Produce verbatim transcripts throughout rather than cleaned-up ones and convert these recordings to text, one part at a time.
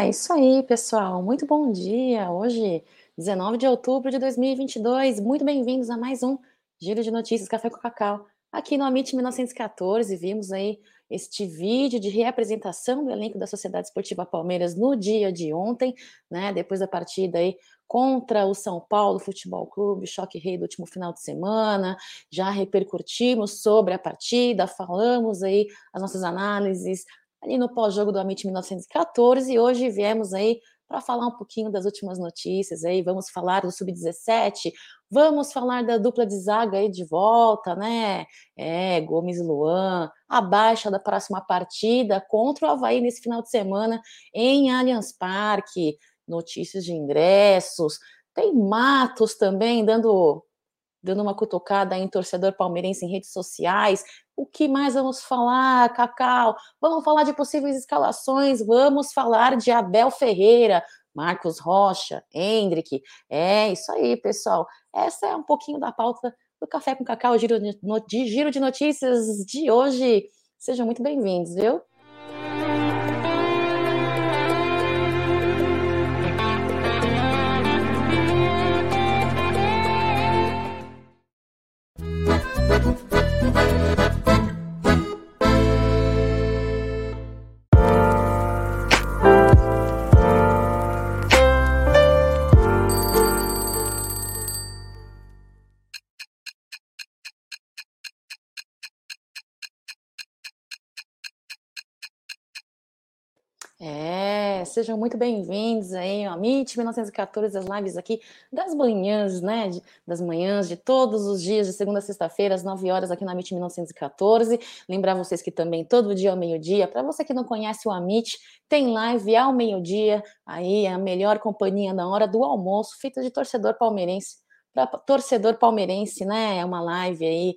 É isso aí, pessoal. Muito bom dia. Hoje, dezenove de outubro de dois mil e vinte e dois. Muito bem-vindos a mais um Giro de Notícias Café com Cacau. Aqui no Amit mil novecentos e quatorze, vimos aí este vídeo de reapresentação do elenco da Sociedade Esportiva Palmeiras no dia de ontem, né? Depois da partida aí contra o São Paulo Futebol Clube, choque rei do último final de semana. Já repercutimos sobre a partida, falamos aí as nossas análises ali no pós-jogo do Amit mil novecentos e quatorze, e hoje viemos aí para falar um pouquinho das últimas notícias aí, vamos falar do sub dezessete, vamos falar da dupla de zaga aí de volta, né? É, Gomes e Luan, a baixa da próxima partida contra o Avaí nesse final de semana em Allianz Parque, notícias de ingressos, tem Matos também dando dando uma cutucada em torcedor palmeirense em redes sociais. O que mais vamos falar, Cacau? Vamos falar de possíveis escalações, vamos falar de Abel Ferreira, Marcos Rocha, Hendrick. É isso aí, pessoal. Essa é um pouquinho da pauta do Café com Cacau, giro de, de giro de notícias de hoje. Sejam muito bem-vindos, viu? É, sejam muito bem-vindos aí ao Amit mil novecentos e quatorze, as lives aqui das manhãs, né, de, das manhãs de todos os dias, de segunda a sexta-feira, às nove horas aqui no Amit mil novecentos e quatorze. Lembrar vocês que também todo dia ao meio-dia, para você que não conhece o Amit, tem live ao meio-dia, aí a melhor companhia na hora do almoço, feita de torcedor palmeirense, para torcedor palmeirense, né, é uma live aí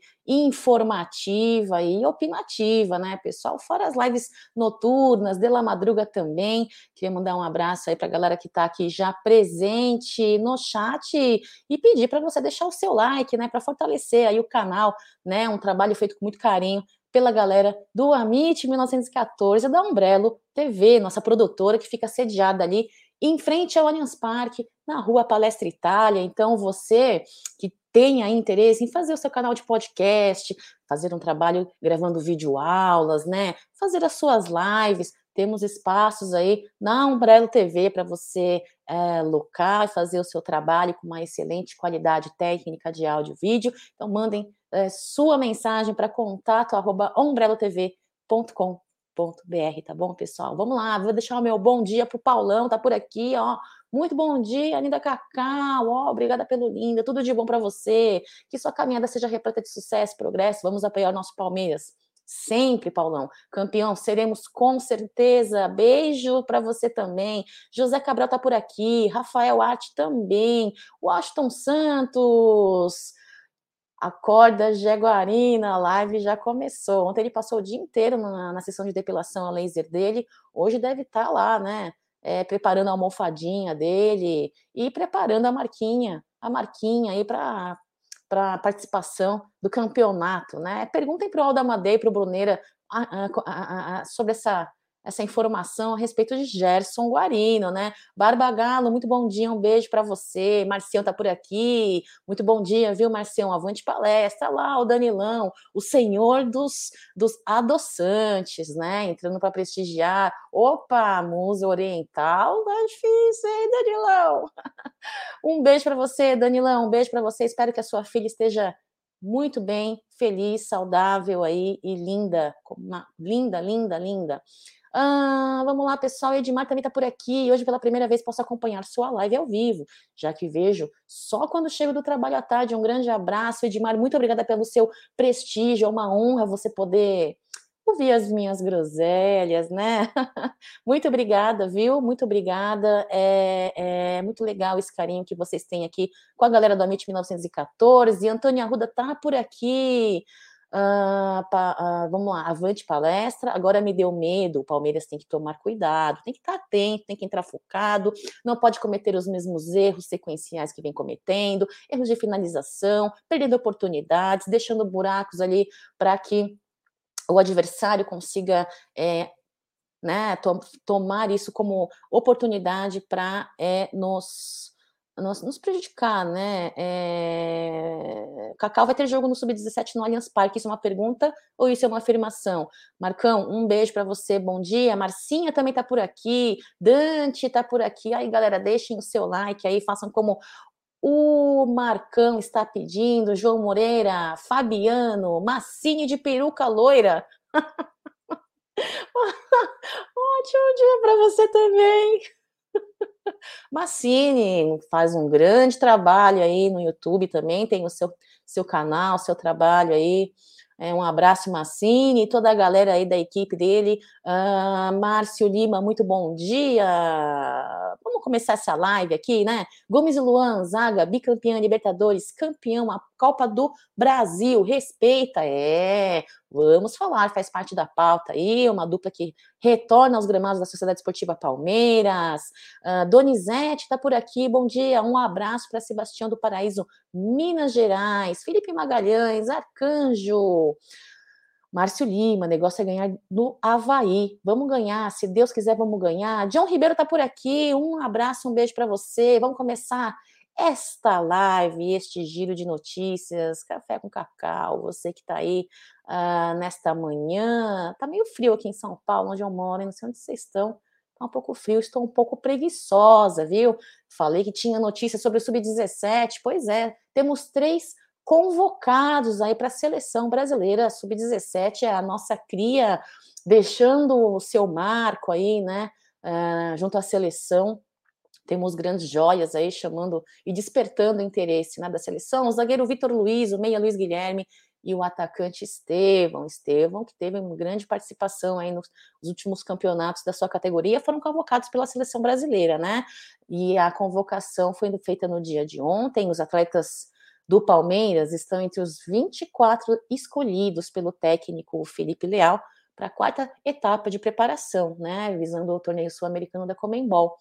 informativa e opinativa, né, pessoal, fora as lives noturnas, de la madruga também. Queria mandar um abraço aí para a galera que está aqui já presente no chat e pedir para você deixar o seu like, né, para fortalecer aí o canal, né, um trabalho feito com muito carinho pela galera do Amit mil novecentos e quatorze, da Umbrello T V, nossa produtora que fica sediada ali em frente ao Allianz Parque, na rua Palestra Itália. Então, você que tenha interesse em fazer o seu canal de podcast, fazer um trabalho gravando videoaulas, né? Fazer as suas lives. Temos espaços aí na Umbrello T V para você é, locar e fazer o seu trabalho com uma excelente qualidade técnica de áudio e vídeo. Então, mandem é, sua mensagem para contato arroba umbrellotv ponto com ponto br, tá bom, pessoal? Vamos lá, vou deixar o meu bom dia pro Paulão, tá por aqui, ó. Muito bom dia, linda Cacau, ó, obrigada pelo linda, tudo de bom para você, que sua caminhada seja repleta de sucesso, progresso, vamos apoiar o nosso Palmeiras. Sempre, Paulão. Campeão, seremos com certeza. Beijo para você também. José Cabral tá por aqui. Rafael Arte também. Washington Santos. Acorda Jaguarina, a live já começou. Ontem ele passou o dia inteiro na, na sessão de depilação a laser dele. Hoje deve estar tá lá, né? É, preparando a almofadinha dele e preparando a marquinha, a marquinha aí para para participação do campeonato, né? Perguntem para o Aldo Amadei e para o Bruneira a, a, a, a, sobre essa, essa informação a respeito de Gerson Guarino, né? Barba Galo, muito bom dia, um beijo para você. Marcião tá por aqui, muito bom dia, viu, Marcião? Avante palestra lá, o Danilão, o senhor dos, dos adoçantes, né? Entrando para prestigiar. Opa, musa oriental, tá difícil, hein, Danilão? Um beijo para você, Danilão, um beijo para você. Espero que a sua filha esteja muito bem, feliz, saudável aí e linda, uma, linda, linda, linda. Ah, vamos lá, pessoal. Edmar também está por aqui. Hoje, pela primeira vez, posso acompanhar sua live ao vivo, já que vejo só quando chego do trabalho à tarde. Um grande abraço, Edmar. Muito obrigada pelo seu prestígio. É uma honra você poder ouvir as minhas groselhas, né? Muito obrigada, viu? Muito obrigada. É, é muito legal esse carinho que vocês têm aqui com a galera do Amit mil novecentos e quatorze. Antônia Arruda tá por aqui. Ah, pa, ah, vamos lá, avante palestra. Agora me deu medo. O Palmeiras tem que tomar cuidado, tem que estar atento, tem que entrar focado, não pode cometer os mesmos erros sequenciais que vem cometendo, erros de finalização, perdendo oportunidades, deixando buracos ali para que o adversário consiga é, né, to tomar isso como oportunidade para é, nos, nos, nos prejudicar, né? É... Cacau vai ter jogo no sub dezessete no Allianz Parque. Isso é uma pergunta ou isso é uma afirmação? Marcão, um beijo para você, bom dia. Marcinha também tá por aqui, Dante tá por aqui. Aí, galera, deixem o seu like aí, façam como o Marcão está pedindo, João Moreira, Fabiano, massinha de peruca loira. Ótimo dia para você também. Massini faz um grande trabalho aí no YouTube também, tem o seu, seu canal, seu trabalho aí. É, um abraço, Massini, toda a galera aí da equipe dele. Uh, Márcio Lima, muito bom dia. Vamos começar essa live aqui, né? Gomes e Luan, Zaga, bicampeã Libertadores, campeão, a Copa do Brasil, respeita, é. Vamos falar, faz parte da pauta aí, uma dupla que retorna aos gramados da Sociedade Esportiva Palmeiras. Uh, Donizete está por aqui, bom dia, um abraço para Sebastião do Paraíso, Minas Gerais. Felipe Magalhães, Arcanjo. Márcio Lima, negócio é ganhar no Avaí. Vamos ganhar, se Deus quiser, vamos ganhar. John Ribeiro está por aqui, um abraço, um beijo para você. Vamos começar esta live, este giro de notícias, café com cacau, você que está aí uh, nesta manhã. Tá meio frio aqui em São Paulo, onde eu moro, não sei onde vocês estão. Tá um pouco frio, estou um pouco preguiçosa, viu? Falei que tinha notícia sobre o sub dezessete, pois é, temos três convocados aí para a seleção brasileira sub dezessete, a nossa cria deixando o seu marco aí, né, uh, junto à seleção. Temos grandes joias aí chamando e despertando o interesse, né, da seleção. O zagueiro Vitor Luiz, o meia Luiz Guilherme e o atacante Estevão. Estevão, que teve uma grande participação aí nos, nos últimos campeonatos da sua categoria, foram convocados pela seleção brasileira, né? E a convocação foi feita no dia de ontem. Os atletas do Palmeiras estão entre os vinte e quatro escolhidos pelo técnico Felipe Leal para a quarta etapa de preparação, né, visando o torneio sul-americano da Conmebol.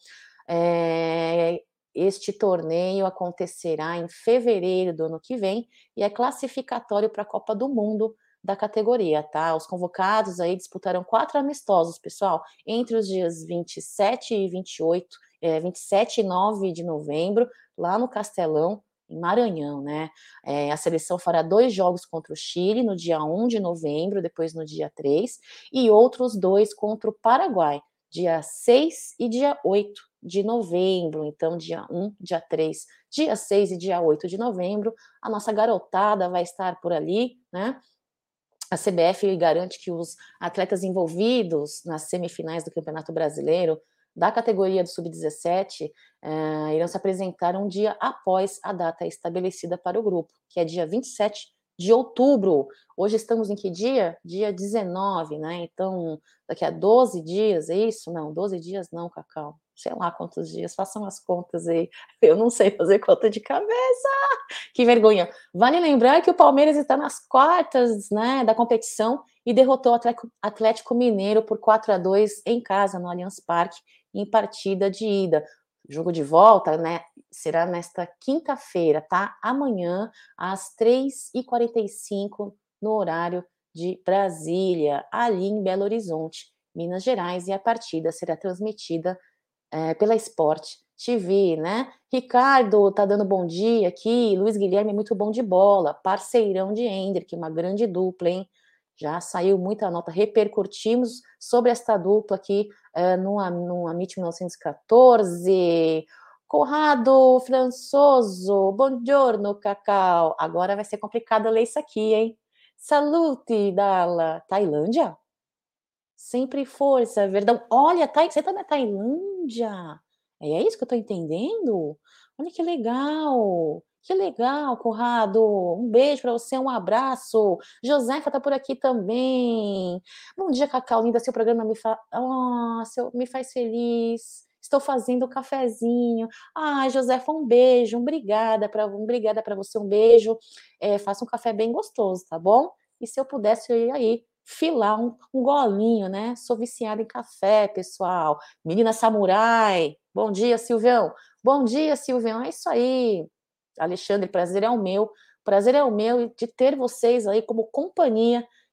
É, este torneio acontecerá em fevereiro do ano que vem e é classificatório para a Copa do Mundo da categoria, tá? Os convocados aí disputarão quatro amistosos, pessoal, entre os dias vinte e sete e vinte e oito, é, vinte e sete e nove de novembro, lá no Castelão, em Maranhão, né? É, a seleção fará dois jogos contra o Chile no dia um de novembro, depois no dia três, e outros dois contra o Paraguai, dia seis e dia oito de novembro. Então, dia um, dia três, dia seis e dia oito de novembro, a nossa garotada vai estar por ali, né? A C B F garante que os atletas envolvidos nas semifinais do Campeonato Brasileiro da categoria do sub dezessete uh, irão se apresentar um dia após a data estabelecida para o grupo, que é dia vinte e sete de outubro. Hoje estamos em que dia? Dia dezenove, né? Então, daqui a doze dias, é isso? Não, doze dias não, Cacau. Sei lá quantos dias, façam as contas aí. Eu não sei fazer conta de cabeça. Que vergonha. Vale lembrar que o Palmeiras está nas quartas, né, da competição e derrotou o Atlético Mineiro por quatro a dois em casa, no Allianz Parque, em partida de ida. O jogo de volta, né, será nesta quinta-feira, tá? Amanhã, às três e quarenta e cinco, no horário de Brasília, ali em Belo Horizonte, Minas Gerais, e a partida será transmitida é, pela Sport T V, né? Ricardo tá dando bom dia aqui, Luiz Guilherme muito bom de bola, parceirão de Hendrick, uma grande dupla, hein? Já saiu muita nota, repercutimos sobre esta dupla aqui uh, no, no Amit mil novecentos e quatorze. Conrado Françoso, buongiorno, Cacau. Agora vai ser complicado ler isso aqui, hein? Salute, Dala. Tailândia? Sempre força, verdão. Olha, tá, você tá na Tailândia. É isso que eu tô entendendo? Olha que legal. Que legal, Conrado. Um beijo para você, um abraço. Josefa tá por aqui também. Bom dia, Cacau, linda. Seu programa me, fa... oh, seu... me faz feliz. Estou fazendo o cafezinho. Ah, Josefa, um beijo. Obrigada para obrigada para você, um beijo. É, faça um café bem gostoso, tá bom? E se eu pudesse, eu ia aí filar um, um golinho, né? Sou viciada em café, pessoal. Menina Samurai. Bom dia, Silvião. Bom dia, Silvião. É isso aí. Alexandre, prazer é o meu. Prazer é o meu de ter vocês aí como companhia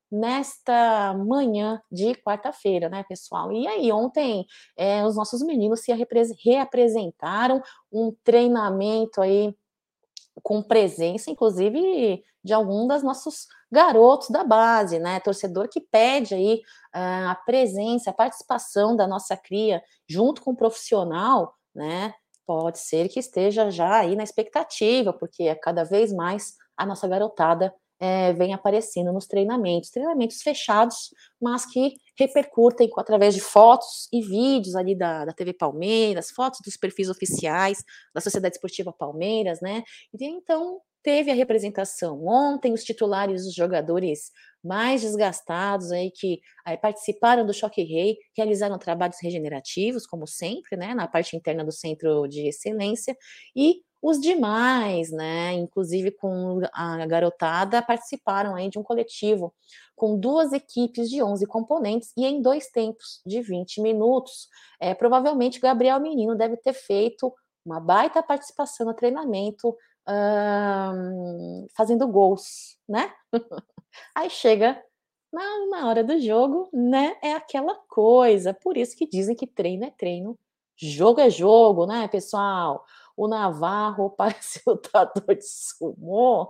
nesta manhã de quarta-feira, né, pessoal. E aí, ontem, eh, os nossos meninos se repre reapresentaram, um treinamento aí com presença, inclusive, de algum das nossos garotos da base, né, torcedor que pede aí, hã, a presença, a participação da nossa cria junto com o profissional, né, pode ser que esteja já aí na expectativa, porque é cada vez mais a nossa garotada, eh, vem aparecendo nos treinamentos, treinamentos fechados, mas que repercutem com através de fotos e vídeos ali da da T V Palmeiras, fotos dos perfis oficiais da Sociedade Esportiva Palmeiras, né, e então teve a representação. Ontem os titulares, os jogadores mais desgastados aí que, eh, participaram do Choque Rei, realizaram trabalhos regenerativos, como sempre, né, na parte interna do centro de excelência, e os demais, né, inclusive com a garotada, participaram aí de um coletivo com duas equipes de onze componentes e em dois tempos de vinte minutos. Eh, provavelmente Gabriel Menino deve ter feito uma baita participação no treinamento, hã, fazendo gols, né. Aí chega na na hora do jogo, né, é aquela coisa, por isso que dizem que treino é treino, jogo é jogo, né, pessoal. O Navarro parece lutador de sumô.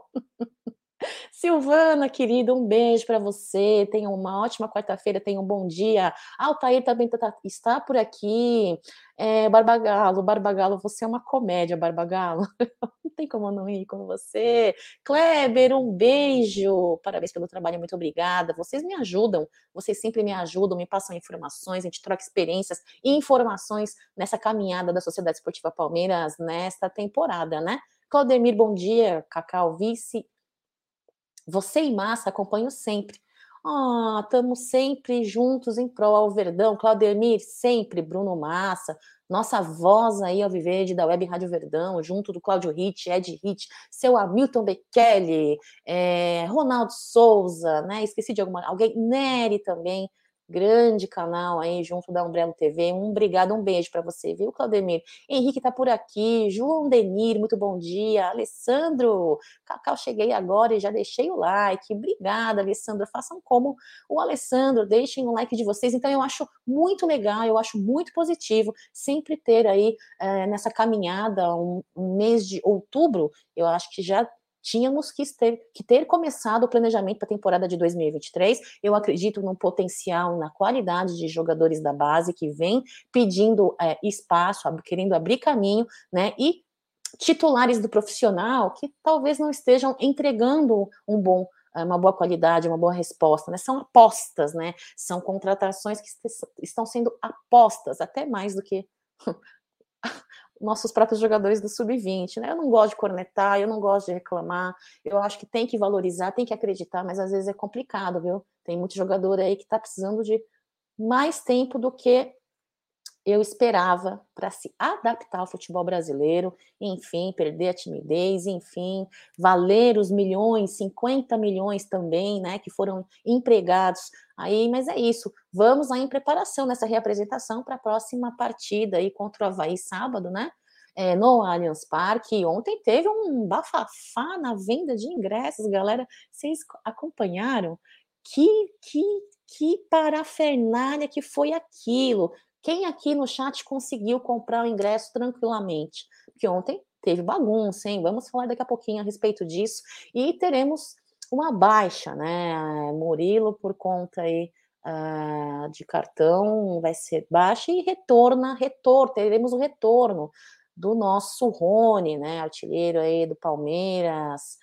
Silvana querida, um beijo pra você, tenha uma ótima quarta-feira, tenha um bom dia. Altair também tá tá está por aqui. Eh, Barbagalo, Barbagalo, você é uma comédia, Barbagalo. Não tem como não rir com você. Kleber, um beijo, parabéns pelo trabalho, muito obrigada. Vocês me ajudam, vocês sempre me ajudam, me passam informações, a gente troca experiências e informações nessa caminhada da Sociedade Esportiva Palmeiras nesta temporada, né. Claudemir, bom dia. Cacau, vice você e Massa, acompanho sempre. Ah, estamos sempre juntos em prol ao Verdão. Claudemir, sempre. Bruno Massa, nossa voz aí alviverde da Web Rádio Verdão, junto do Cláudio Ritt, Ed Ritt, seu Hamilton Bekele, eh, Ronaldo Souza, né, esqueci de alguma alguém, Nery também, grande canal aí junto da Umbrello T V. Um obrigado, um beijo pra você, viu, Claudemir. Henrique tá por aqui, João Denir, muito bom dia. Alessandro, Cacau, cheguei agora e já deixei o like. Obrigada, Alessandra. Façam como o Alessandro, deixem o like de vocês. Então, eu acho muito legal, eu acho muito positivo sempre ter aí, eh, nessa caminhada, um, um mês de outubro, eu acho que já tínhamos que ter, que ter começado o planejamento para a temporada de dois mil e vinte e três. Eu acredito no potencial, na qualidade de jogadores da base que vem pedindo é, espaço, querendo abrir caminho, né? E titulares do profissional que talvez não estejam entregando um bom uma boa qualidade, uma boa resposta, né? São apostas, né? São contratações que estão sendo apostas, até mais do que nossos próprios jogadores do sub vinte, né? Eu não gosto de cornetar, eu não gosto de reclamar, eu acho que tem que valorizar, tem que acreditar, mas às vezes é complicado, viu? Tem muito jogador aí que está precisando de mais tempo do que eu esperava para se adaptar ao futebol brasileiro, enfim, perder a timidez, enfim, valer os milhões, cinquenta milhões também, né, que foram empregados aí, mas é isso, vamos lá em preparação nessa reapresentação para a próxima partida aí contra o Avaí sábado, né, é, no Allianz Parque. Ontem teve um bafafá na venda de ingressos, galera, vocês acompanharam? Que, que, que parafernália que foi aquilo? Quem aqui no chat conseguiu comprar o ingresso tranquilamente? Porque ontem teve bagunça, hein? Vamos falar daqui a pouquinho a respeito disso. E teremos uma baixa, né? Murilo, por conta aí uh, de cartão, vai ser baixa e retorna, retorno, teremos o retorno do nosso Rony, né? Artilheiro aí do Palmeiras.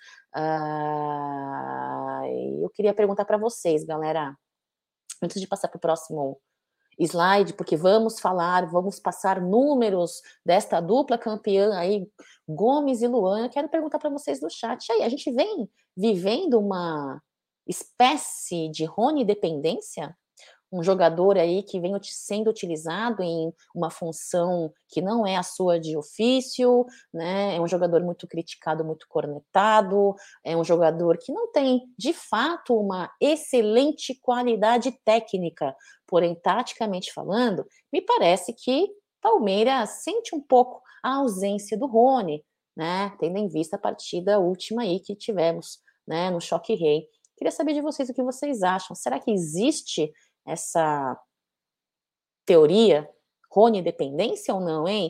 Uh, eu queria perguntar para vocês, galera, antes de passar para o próximo slide, porque vamos falar, vamos passar números desta dupla campeã aí, Gomes e Luan. Eu quero perguntar para vocês no chat. E aí, a gente vem vivendo uma espécie de Rony dependência? Um jogador aí que vem sendo utilizado em uma função que não é a sua de ofício, né? É um jogador muito criticado, muito cornetado, é um jogador que não tem, de fato, uma excelente qualidade técnica, porém, taticamente falando, me parece que Palmeiras sente um pouco a ausência do Rony, né? Tendo em vista a partida última aí que tivemos, né, no Choque Rei. Queria saber de vocês o que vocês acham. Será que existe essa teoria, Rony dependência ou não, hein?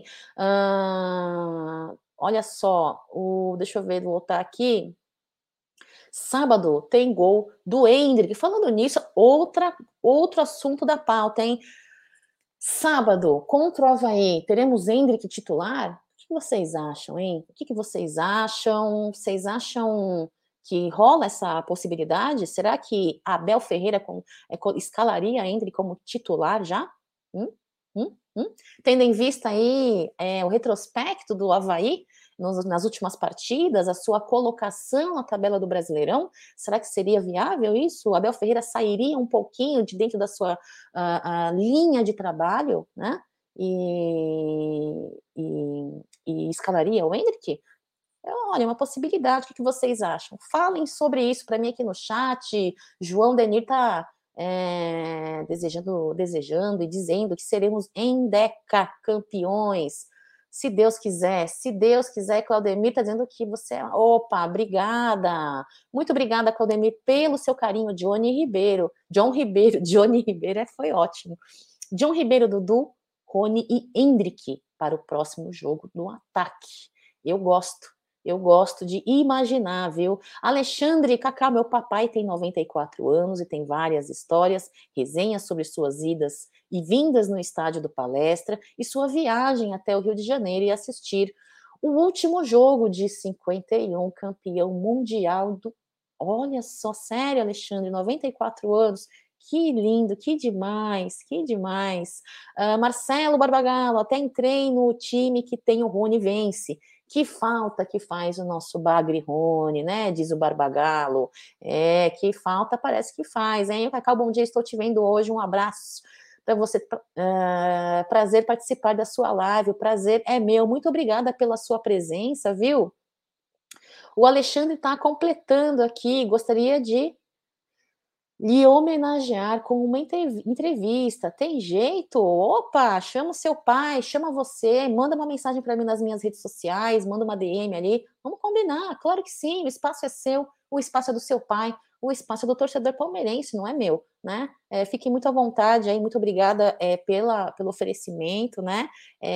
Hã, olha só, o deixa eu ver, voltar aqui. Sábado tem gol do Endrick. Falando nisso, outra outro assunto da pauta, hein? Sábado, contra o Avaí, teremos Endrick titular? O que vocês acham, hein? O que, que vocês acham? Vocês acham que rola essa possibilidade? Será que Abel Ferreira com, é, escalaria Endrick como titular já? Hum? Hum? Hum? Tendo em vista aí é, o retrospecto do Avaí nos, nas últimas partidas, a sua colocação na tabela do Brasileirão, será que seria viável isso? O Abel Ferreira sairia um pouquinho de dentro da sua a, a linha de trabalho, né? E, e, e escalaria o Endrick? Olha, é uma possibilidade. O que vocês acham? Falem sobre isso para mim aqui no chat. João Denir está é, desejando, desejando e dizendo que seremos endeca campeões. Se Deus quiser, se Deus quiser, Claudemir está dizendo que você é. Opa, obrigada. Muito obrigada, Claudemir, pelo seu carinho, Johnny Ribeiro. John Ribeiro, Johnny Ribeiro é, foi ótimo. John Ribeiro, Dudu, Rony e Endrick para o próximo jogo do ataque. Eu gosto. Eu gosto de imaginar, viu? Alexandre Cacá, meu papai tem noventa e quatro anos e tem várias histórias, resenhas sobre suas idas e vindas no estádio do Palestra e sua viagem até o Rio de Janeiro e assistir o último jogo de cinquenta e um, campeão mundial do... Olha só, sério, Alexandre, noventa e quatro anos, que lindo, que demais, que demais. Uh, Marcelo Barbagallo, até entrei no time que tem o Rony Vence. Que falta que faz o nosso Bagre Rony, né? Diz o Barbagallo. É, que falta parece que faz, hein? Cacau, bom dia, estou te vendo hoje. Um abraço para você. Uh, prazer participar da sua live. O prazer é meu. Muito obrigada pela sua presença, viu? O Alexandre está completando aqui. Gostaria de lhe homenagear com uma entrevista. Tem jeito? Opa, chama o seu pai, chama você, manda uma mensagem para mim nas minhas redes sociais, manda uma D M ali. Vamos combinar, claro que sim, o espaço é seu, o espaço é do seu pai, o espaço é do torcedor palmeirense, não é meu, né? É, fique muito à vontade aí, muito obrigada é, pela, pelo oferecimento, né?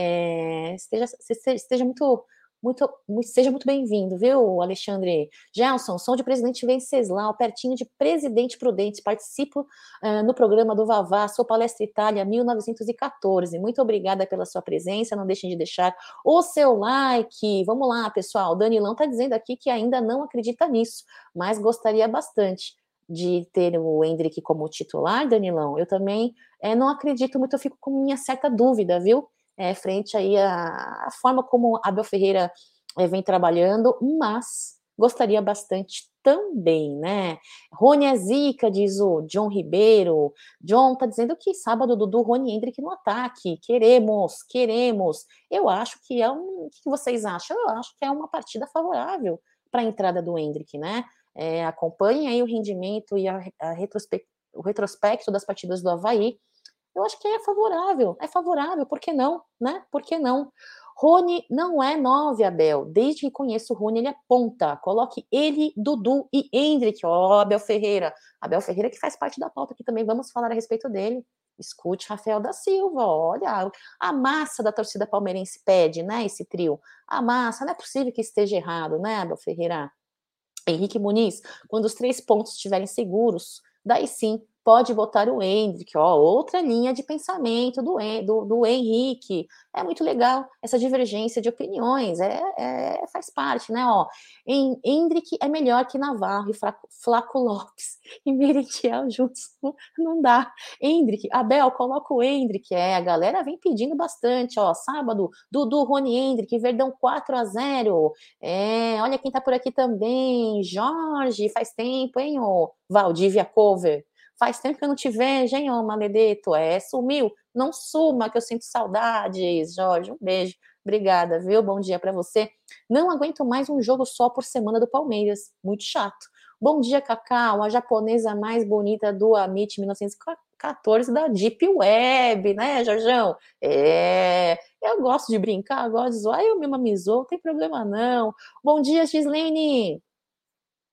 É, esteja, esteja muito muito, muito, seja muito bem-vindo, viu, Alexandre? Gelson, sou de Presidente Venceslau, pertinho de Presidente Prudente, participo uh, no programa do Vavá, sou Palestra Itália mil novecentos e quatorze. Muito obrigada pela sua presença, não deixem de deixar o seu like. Vamos lá, pessoal, o Danilão está dizendo aqui que ainda não acredita nisso, mas gostaria bastante de ter o Endrick como titular, Danilão. Eu também é, não acredito muito, eu fico com minha certa dúvida, viu? É, frente aí a, a forma como Abel Ferreira é, vem trabalhando, mas gostaria bastante também, né? Rony é zica, diz o John Ribeiro. John tá dizendo que sábado Dudu, Rony Endrick no ataque. Queremos, queremos. Eu acho que é um... O que vocês acham? Eu acho que é uma partida favorável para a entrada do Endrick, né? É, acompanhem aí o rendimento e a, a retrospect... o retrospecto das partidas do Avaí. Eu acho que é favorável, é favorável, por que não, né? Por que não? Rony não é nove, Abel. Desde que conheço o Rony, ele é ponta. Coloque ele, Dudu e Endrick. Ó, oh, Abel Ferreira. Abel Ferreira que faz parte da pauta aqui também. Vamos falar a respeito dele. Escute Rafael da Silva. Olha, a massa da torcida palmeirense pede, né? Esse trio. A massa, não é possível que esteja errado, né, Abel Ferreira? Henrique Muniz, quando os três pontos estiverem seguros, daí sim pode botar o Endrick, ó, outra linha de pensamento do, do, do Henrique. É muito legal essa divergência de opiniões, é, é faz parte, né? Ó, em, Endrick é melhor que Navarro e Flaco, Flaco Lopes e Merentiel juntos, não dá. Endrick, Abel, coloca o Endrick, é, a galera vem pedindo bastante, ó, sábado, Dudu, Rony Endrick, Verdão quatro a zero, é, olha quem tá por aqui também, Jorge, faz tempo, hein, ô, Valdívia Cover, faz tempo que eu não te vejo, hein, ô Maledeto, é, sumiu, não suma, que eu sinto saudades, Jorge, um beijo, obrigada, viu, bom dia pra você, não aguento mais um jogo só por semana do Palmeiras, muito chato, bom dia, Cacau, a japonesa mais bonita do Amit mil novecentos e quatorze da Deep Web, né, Jorjão, é, eu gosto de brincar, gosto de zoar, eu mesma me zoo, não tem problema não, bom dia, Gislene,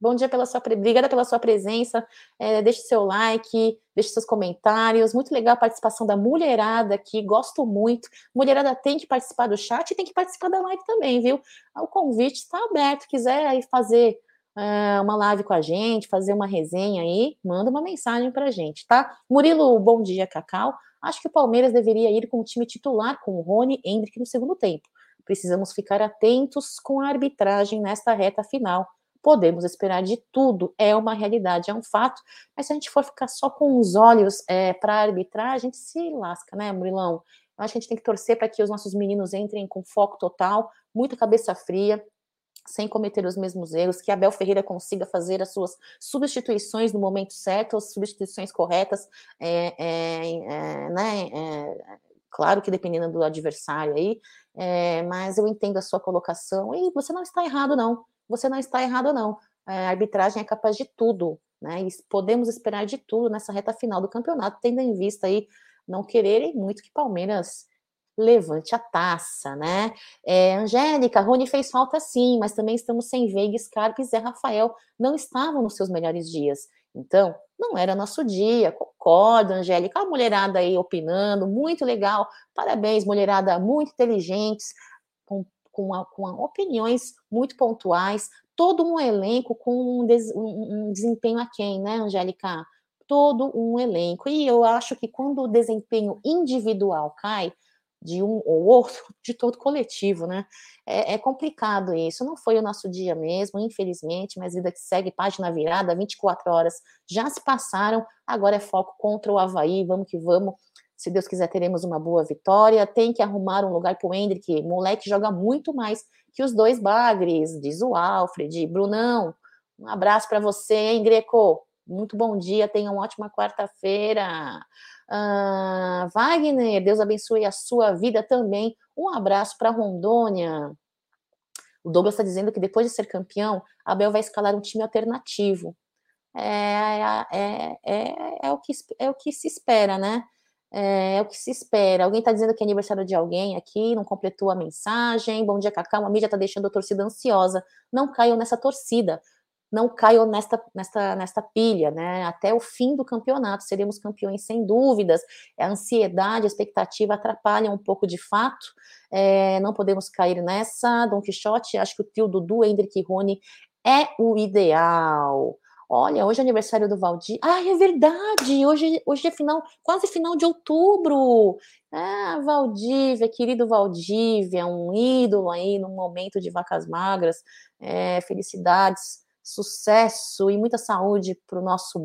Bom dia pela sua, obrigada pela sua presença, é, deixe seu like, deixe seus comentários, muito legal a participação da mulherada aqui, gosto muito, mulherada tem que participar do chat e tem que participar da live também, viu? O convite está aberto, quiser aí fazer é, uma live com a gente, fazer uma resenha aí, manda uma mensagem pra gente, tá? Murilo, bom dia, Cacau, acho que o Palmeiras deveria ir com o time titular, com o Rony Endrick no segundo tempo, precisamos ficar atentos com a arbitragem nesta reta final, podemos esperar de tudo, é uma realidade, é um fato, mas se a gente for ficar só com os olhos é, para arbitrar, a gente se lasca, né, Murilão? Eu acho que a gente tem que torcer para que os nossos meninos entrem com foco total, muita cabeça fria, sem cometer os mesmos erros, que Abel Ferreira consiga fazer as suas substituições no momento certo, as substituições corretas, é, é, é, né, é, claro que dependendo do adversário aí, é, mas eu entendo a sua colocação, e você não está errado não, você não está errado não, a arbitragem é capaz de tudo, né, e podemos esperar de tudo nessa reta final do campeonato, tendo em vista aí, não quererem muito que Palmeiras levante a taça, né? É, Angélica, Rony fez falta sim, mas também estamos sem Veiga, Scarpa e Zé Rafael, não estavam nos seus melhores dias. Então, não era nosso dia, concordo, Angélica, a mulherada aí opinando, muito legal, parabéns, mulherada muito inteligentes, com, com, a, com a opiniões muito pontuais, todo um elenco com um, des, um, um desempenho aquém, né, Angélica? Todo um elenco, e eu acho que quando o desempenho individual cai, de um ou outro, de todo coletivo, né? É, é complicado isso. Não foi o nosso dia mesmo, infelizmente, mas vida que segue, página virada, vinte e quatro horas já se passaram, agora é foco contra o Avaí, vamos que vamos. Se Deus quiser, teremos uma boa vitória. Tem que arrumar um lugar para o Endrick, moleque joga muito mais que os dois bagres, diz o Alfred. Brunão, um abraço para você, hein, Greco? Muito bom dia, tenha uma ótima quarta-feira. Ah, Wagner, Deus abençoe a sua vida também. Um abraço para Rondônia. O Douglas está dizendo que depois de ser campeão, Abel vai escalar um time alternativo. É, é, é, é, o, que, é o que se espera, né? É, é o que se espera. Alguém está dizendo que é aniversário de alguém aqui, não completou a mensagem. Bom dia, Cacau. A mídia está deixando a torcida ansiosa. Não caiam nessa torcida. Não caiam nesta, nesta, nesta pilha, né? Até o fim do campeonato seremos campeões sem dúvidas. A ansiedade, a expectativa atrapalham um pouco de fato. É, não podemos cair nessa. Dom Quixote, acho que o trio Dudu, Hendrick e Rony é o ideal. Olha, hoje é aniversário do Valdir. Ah, é verdade! Hoje, hoje é final, quase final de outubro. Ah, Valdívia, querido Valdívia, um ídolo aí no momento de vacas magras. É, felicidades, sucesso e muita saúde pro nosso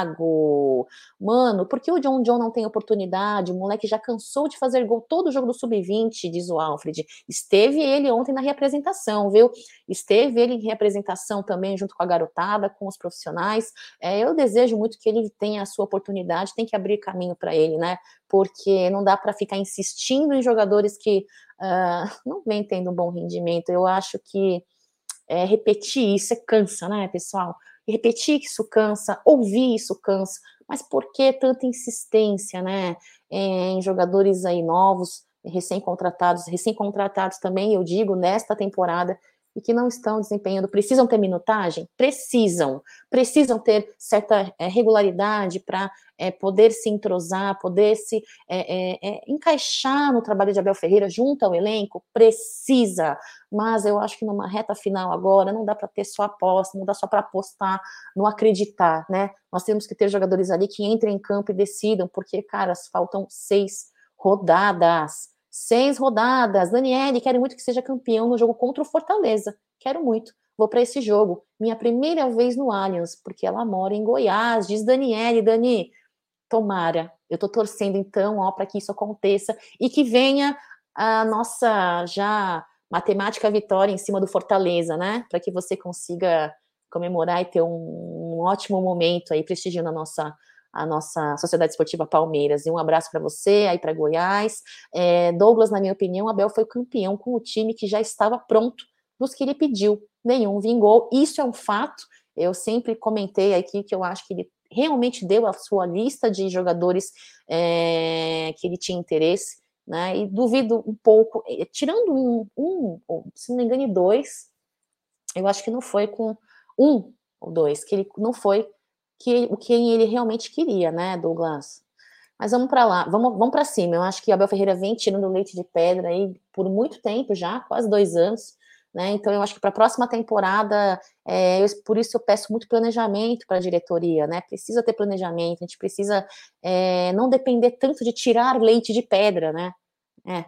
mago. Mano, por que o John John não tem oportunidade? O moleque já cansou de fazer gol todo o jogo do sub vinte, diz o Alfred. Esteve ele ontem na reapresentação, viu? Esteve ele em reapresentação também junto com a garotada, com os profissionais. É, eu desejo muito que ele tenha a sua oportunidade, tem que abrir caminho para ele, né? Porque não dá para ficar insistindo em jogadores que uh, não vêm tendo um bom rendimento. Eu acho que é, repetir isso é cansa, né, pessoal? Repetir isso cansa, ouvir isso cansa, mas por que tanta insistência, né, em jogadores aí novos, recém-contratados, recém-contratados também, eu digo, nesta temporada, e que não estão desempenhando, precisam ter minutagem? Precisam, precisam ter certa é, regularidade para é, poder se entrosar, poder se é, é, é, encaixar no trabalho de Abel Ferreira junto ao elenco? Precisa, mas eu acho que numa reta final agora não dá para ter só aposta, não dá só para apostar, não acreditar, né? Nós temos que ter jogadores ali que entrem em campo e decidam, porque, caras, faltam seis rodadas, seis rodadas. Daniele, quero muito que seja campeão no jogo contra o Fortaleza, quero muito. Vou para esse jogo, minha primeira vez no Allianz, porque ela mora em Goiás, diz Daniele. Dani, tomara, eu tô torcendo então, ó, para que isso aconteça e que venha a nossa já matemática vitória em cima do Fortaleza, né? Para que você consiga comemorar e ter um, um ótimo momento aí prestigiando a nossa a nossa Sociedade Esportiva Palmeiras. E um abraço para você aí para Goiás. É, Douglas, na minha opinião, Abel foi campeão com o time que já estava pronto dos que ele pediu. Nenhum vingou. Isso é um fato. Eu sempre comentei aqui que eu acho que ele realmente deu a sua lista de jogadores é, que ele tinha interesse, né? E duvido um pouco, tirando um, um, se não me engano, dois, eu acho que não foi com um, ou dois, que ele não foi que o quem ele realmente queria, né, Douglas. Mas vamos para lá, vamos vamos para cima, eu acho que Abel Ferreira vem tirando leite de pedra aí por muito tempo já, quase dois anos, né, então eu acho que para a próxima temporada, é, eu, por isso eu peço muito planejamento para a diretoria, né, precisa ter planejamento, a gente precisa é, não depender tanto de tirar leite de pedra, né, é.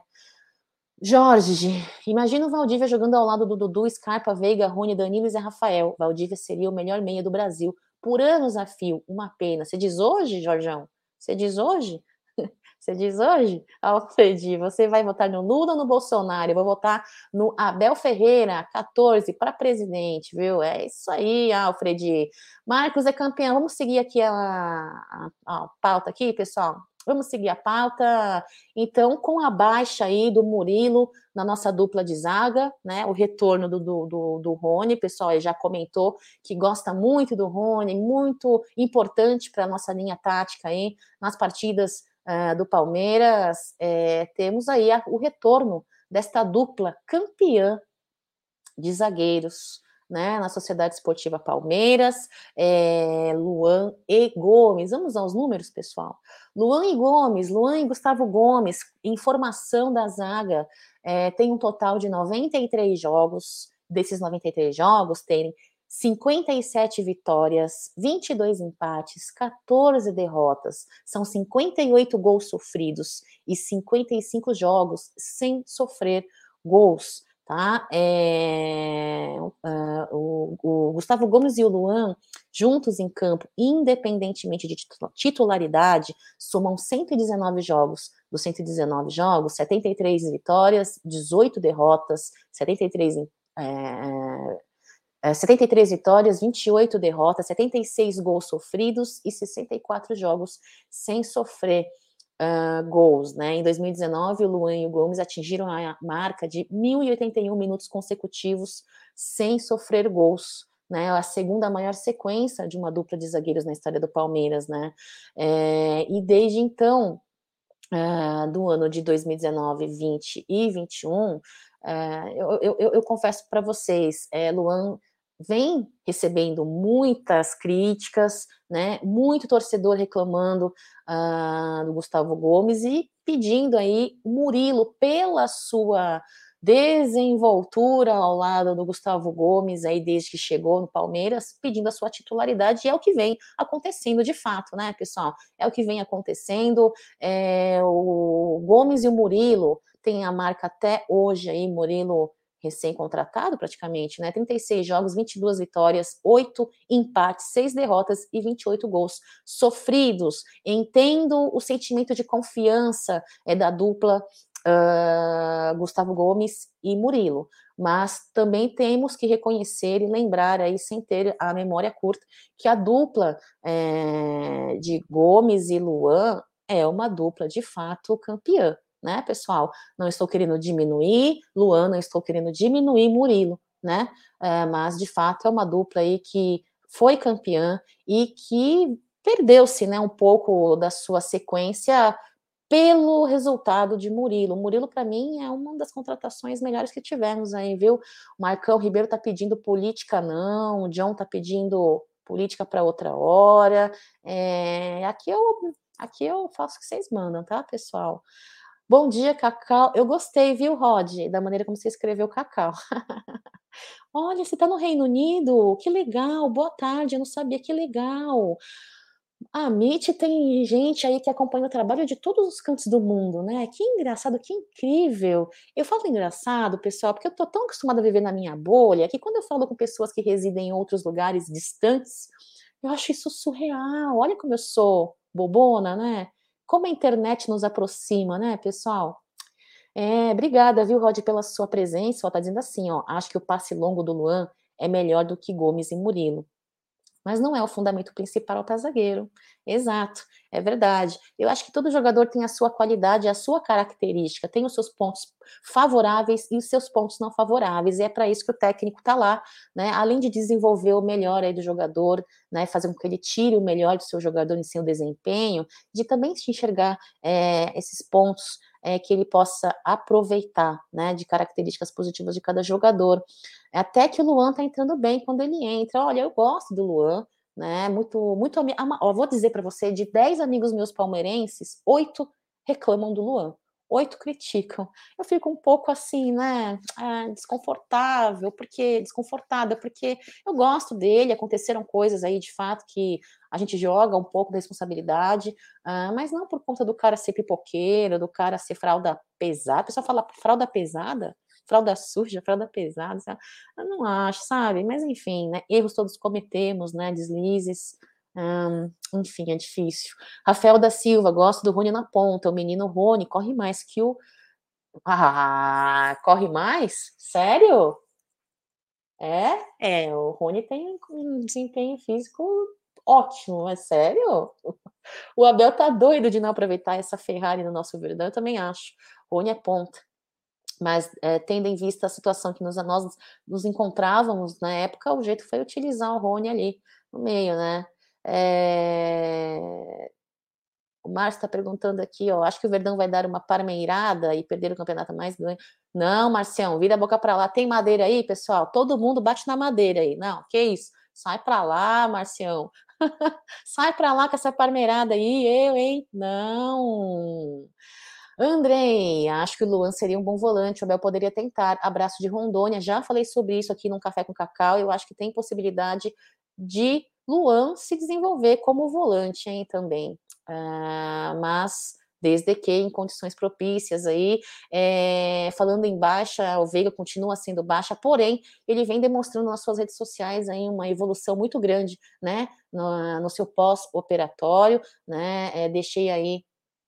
Jorge, imagina o Valdívia jogando ao lado do Dudu, Scarpa, Veiga, Rony, Danilo e Zé Rafael. Valdívia seria o melhor meia do Brasil, por anos a fio, uma pena. Você diz hoje, Jorjão? Você diz hoje? Você diz hoje? Alfredi, você vai votar no Lula ou no Bolsonaro? Eu vou votar no Abel Ferreira, quatorze, para presidente, viu? É isso aí, Alfredi. Marcos é campeão. Vamos seguir aqui a, a, a pauta aqui, pessoal? Vamos seguir a pauta. Então, com a baixa aí do Murilo na nossa dupla de zaga, né? O retorno do, do, do, do Rony, o pessoal aí já comentou que gosta muito do Rony, muito importante para a nossa linha tática aí nas partidas uh, do Palmeiras. É, temos aí a, o retorno desta dupla campeã de zagueiros, né, na Sociedade Esportiva Palmeiras, é, Luan e Gomes. Vamos aos números, pessoal. Luan e Gomes, Luan e Gustavo Gomes, em formação da zaga, é, tem um total de noventa e três jogos. Desses noventa e três jogos, tem cinquenta e sete vitórias, vinte e dois empates, quatorze derrotas. São cinquenta e oito gols sofridos e cinquenta e cinco jogos sem sofrer gols. Tá? É, uh, o, o Gustavo Gomes e o Luan, juntos em campo, independentemente de titularidade, somam cento e dezenove jogos. Dos cento e dezenove jogos, setenta e três vitórias, dezoito derrotas, setenta e três, é, é, setenta e três vitórias, vinte e oito derrotas, setenta e seis gols sofridos e sessenta e quatro jogos sem sofrer Uh, gols, né? Em dois mil e dezenove, o Luan e o Gomes atingiram a marca de mil e oitenta e um minutos consecutivos sem sofrer gols, né? A segunda maior sequência de uma dupla de zagueiros na história do Palmeiras, né? É, e desde então, uh, do ano de dois mil e dezenove, vinte e vinte e um, uh, eu, eu, eu, eu confesso para vocês, é, Luan vem recebendo muitas críticas, né, muito torcedor reclamando uh, do Gustavo Gomes e pedindo aí Murilo pela sua desenvoltura ao lado do Gustavo Gomes aí desde que chegou no Palmeiras, pedindo a sua titularidade, e é o que vem acontecendo de fato, né, pessoal? É o que vem acontecendo, é, o Gomes e o Murilo tem a marca até hoje aí, Murilo recém-contratado praticamente, né? trinta e seis jogos, vinte e duas vitórias, oito empates, seis derrotas e vinte e oito gols sofridos. Entendo o sentimento de confiança é, da dupla uh, Gustavo Gomes e Murilo, mas também temos que reconhecer e lembrar aí, sem ter a memória curta, que a dupla é, de Gomes e Luan é uma dupla de fato campeã, né, pessoal? Não estou querendo diminuir Luan, não estou querendo diminuir Murilo, né? É, mas de fato é uma dupla aí que foi campeã e que perdeu-se, né, um pouco da sua sequência pelo resultado de Murilo. Murilo, para mim, é uma das contratações melhores que tivemos aí, viu? O Marcão Ribeiro tá pedindo política, não, o John tá pedindo política para outra hora. É, aqui eu aqui eu faço o que vocês mandam, tá, pessoal? Bom dia, Cacau. Eu gostei, viu, Rod, da maneira como você escreveu Cacau. Olha, você está no Reino Unido? Que legal. Boa tarde, eu não sabia. Que legal. A Meet tem gente aí que acompanha o trabalho de todos os cantos do mundo, né? Que engraçado, que incrível. Eu falo engraçado, pessoal, porque eu tô tão acostumada a viver na minha bolha que quando eu falo com pessoas que residem em outros lugares distantes, eu acho isso surreal. Olha como eu sou bobona, né? Como a internet nos aproxima, né, pessoal? É, obrigada, viu, Rod, pela sua presença. Ó, tá dizendo assim, ó, acho que o passe longo do Luan é melhor do que Gomes e Murilo. Mas não é o fundamento principal para zagueiro. Exato, é verdade. Eu acho que todo jogador tem a sua qualidade, a sua característica, tem os seus pontos favoráveis e os seus pontos não favoráveis, e é para isso que o técnico está lá, né? Além de desenvolver o melhor aí do jogador, né? Fazer com que ele tire o melhor do seu jogador em seu desempenho, de também se enxergar é, esses pontos é, que ele possa aproveitar, né? De características positivas de cada jogador. Até que o Luan tá entrando bem quando ele entra. Olha, eu gosto do Luan, né? Muito, muito. Ó, vou dizer para você, de dez amigos meus palmeirenses, oito reclamam do Luan, oito criticam. Eu fico um pouco assim, né? É, desconfortável, porque desconfortada, porque eu gosto dele. Aconteceram coisas aí, de fato, que a gente joga um pouco da responsabilidade, uh, mas não por conta do cara ser pipoqueiro, do cara ser fralda pesada. O pessoal fala fralda pesada, fralda suja, fralda pesada, sabe? Eu não acho, sabe? Mas enfim, né? Erros todos cometemos, né? Deslizes. Hum, enfim, é difícil. Rafael da Silva, gosto do Rony na ponta. O menino Rony corre mais que o. Ah, corre mais? Sério? É? É, o Rony tem um desempenho físico ótimo, é sério? O Abel tá doido de não aproveitar essa Ferrari no nosso Verdão, eu também acho. Rony é ponta. Mas, é, tendo em vista a situação que nos, nós nos encontrávamos na época, o jeito foi utilizar o Rony ali no meio, né? É... O Márcio está perguntando aqui, ó, acho que o Verdão vai dar uma parmeirada e perder o campeonato mais ganho. Não, Marcião, vira a boca para lá. Tem madeira aí, pessoal? Todo mundo bate na madeira aí. Não, que isso? Sai para lá, Marcião. Sai para lá com essa parmeirada aí, eu, hein? Não. Andrei, acho que o Luan seria um bom volante, o Abel poderia tentar. Abraço de Rondônia, já falei sobre isso aqui num Café com Cacau, eu acho que tem possibilidade de Luan se desenvolver como volante, hein, também. Ah, mas desde que em condições propícias aí, é, falando em baixa, o Veiga continua sendo baixa, porém, ele vem demonstrando nas suas redes sociais aí uma evolução muito grande, né, no, no seu pós-operatório, né, é, deixei aí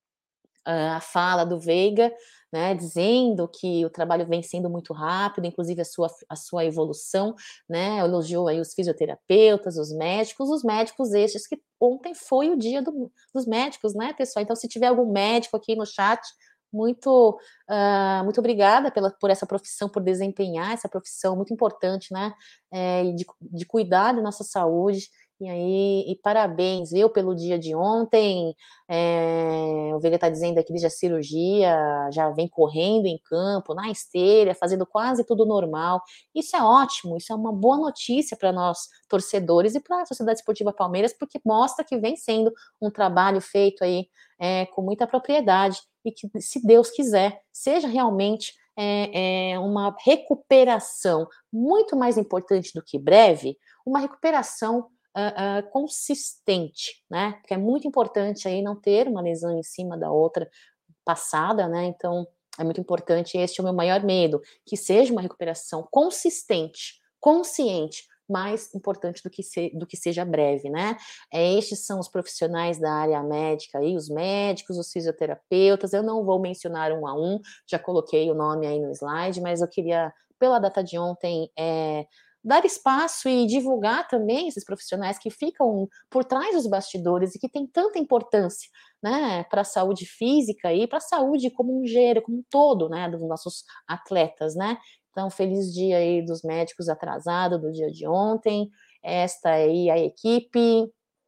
a fala do Veiga, né, dizendo que o trabalho vem sendo muito rápido, inclusive a sua, a sua evolução, né, elogiou aí os fisioterapeutas, os médicos, os médicos estes que ontem foi o dia do, dos médicos, né, pessoal? Então, se tiver algum médico aqui no chat, muito, uh, muito obrigada pela, por essa profissão, por desempenhar essa profissão muito importante, né, é, de, de cuidar da nossa saúde. E aí, e parabéns, viu, pelo dia de ontem. É, o Veiga está dizendo aqui de cirurgia, já vem correndo em campo, na esteira, fazendo quase tudo normal. Isso é ótimo, isso é uma boa notícia para nós, torcedores, e para a Sociedade Esportiva Palmeiras, porque mostra que vem sendo um trabalho feito aí é, com muita propriedade, e que, se Deus quiser, seja realmente é, é, uma recuperação muito mais importante do que breve, uma recuperação Uh, uh, consistente, né? Porque é muito importante aí não ter uma lesão em cima da outra passada, né? Então é muito importante. Este é o meu maior medo, que seja uma recuperação consistente, consciente, mais importante do que, se, do que seja breve, né? É, estes são os profissionais da área médica aí, os médicos, os fisioterapeutas. Eu não vou mencionar um a um, já coloquei o nome aí no slide, mas eu queria, pela data de ontem, é, dar espaço e divulgar também esses profissionais que ficam por trás dos bastidores e que têm tanta importância, né, para a saúde física e para a saúde como um gênero, como um todo, né, dos nossos atletas, né. Então, feliz dia aí dos médicos atrasado do dia de ontem, esta aí a equipe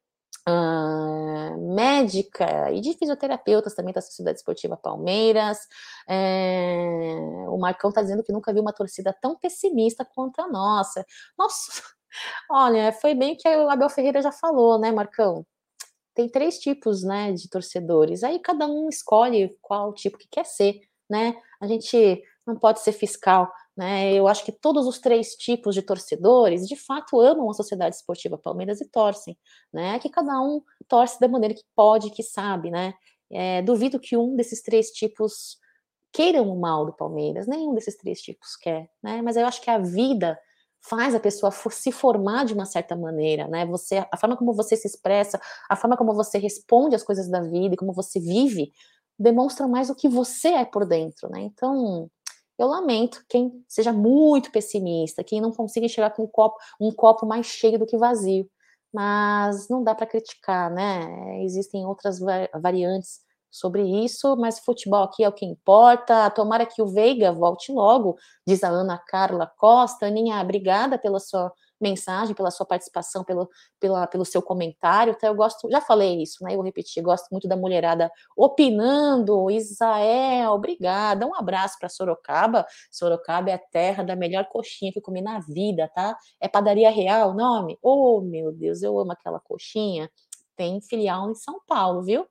uh, médica e de fisioterapeutas também da Sociedade Esportiva Palmeiras. É, o Marcão está dizendo que nunca viu uma torcida tão pessimista quanto a nossa. Nossa, olha, foi bem que o Abel Ferreira já falou, né, Marcão? Tem três tipos, né, de torcedores. Aí cada um escolhe qual tipo que quer ser, né? A gente não pode ser fiscal, né? Eu acho que todos os três tipos de torcedores, de fato, amam a Sociedade Esportiva Palmeiras e torcem, né? Que cada um torce da maneira que pode, que sabe, né? É, duvido que um desses três tipos queiram o mal do Palmeiras, nenhum desses três tipos quer, né? Mas eu acho que a vida faz a pessoa for, se formar de uma certa maneira, né? Você, a forma como você se expressa, a forma como você responde às coisas da vida e como você vive, demonstra mais o que você é por dentro, né? Então, eu lamento quem seja muito pessimista, quem não consiga enxergar com um copo, um copo mais cheio do que vazio. Mas não dá para criticar, né? Existem outras variantes sobre isso, mas futebol aqui é o que importa, tomara que o Veiga volte logo, diz a Ana Carla Costa. Aninha, obrigada pela sua mensagem, pela sua participação, pelo, pela, pelo seu comentário, então eu gosto, já falei isso, né, eu vou repetir, gosto muito da mulherada opinando. Isael, obrigada, um abraço para Sorocaba. Sorocaba é a terra da melhor coxinha que eu comi na vida, tá? É Padaria Real o nome? Oh, meu Deus, eu amo aquela coxinha. Tem filial em São Paulo, viu?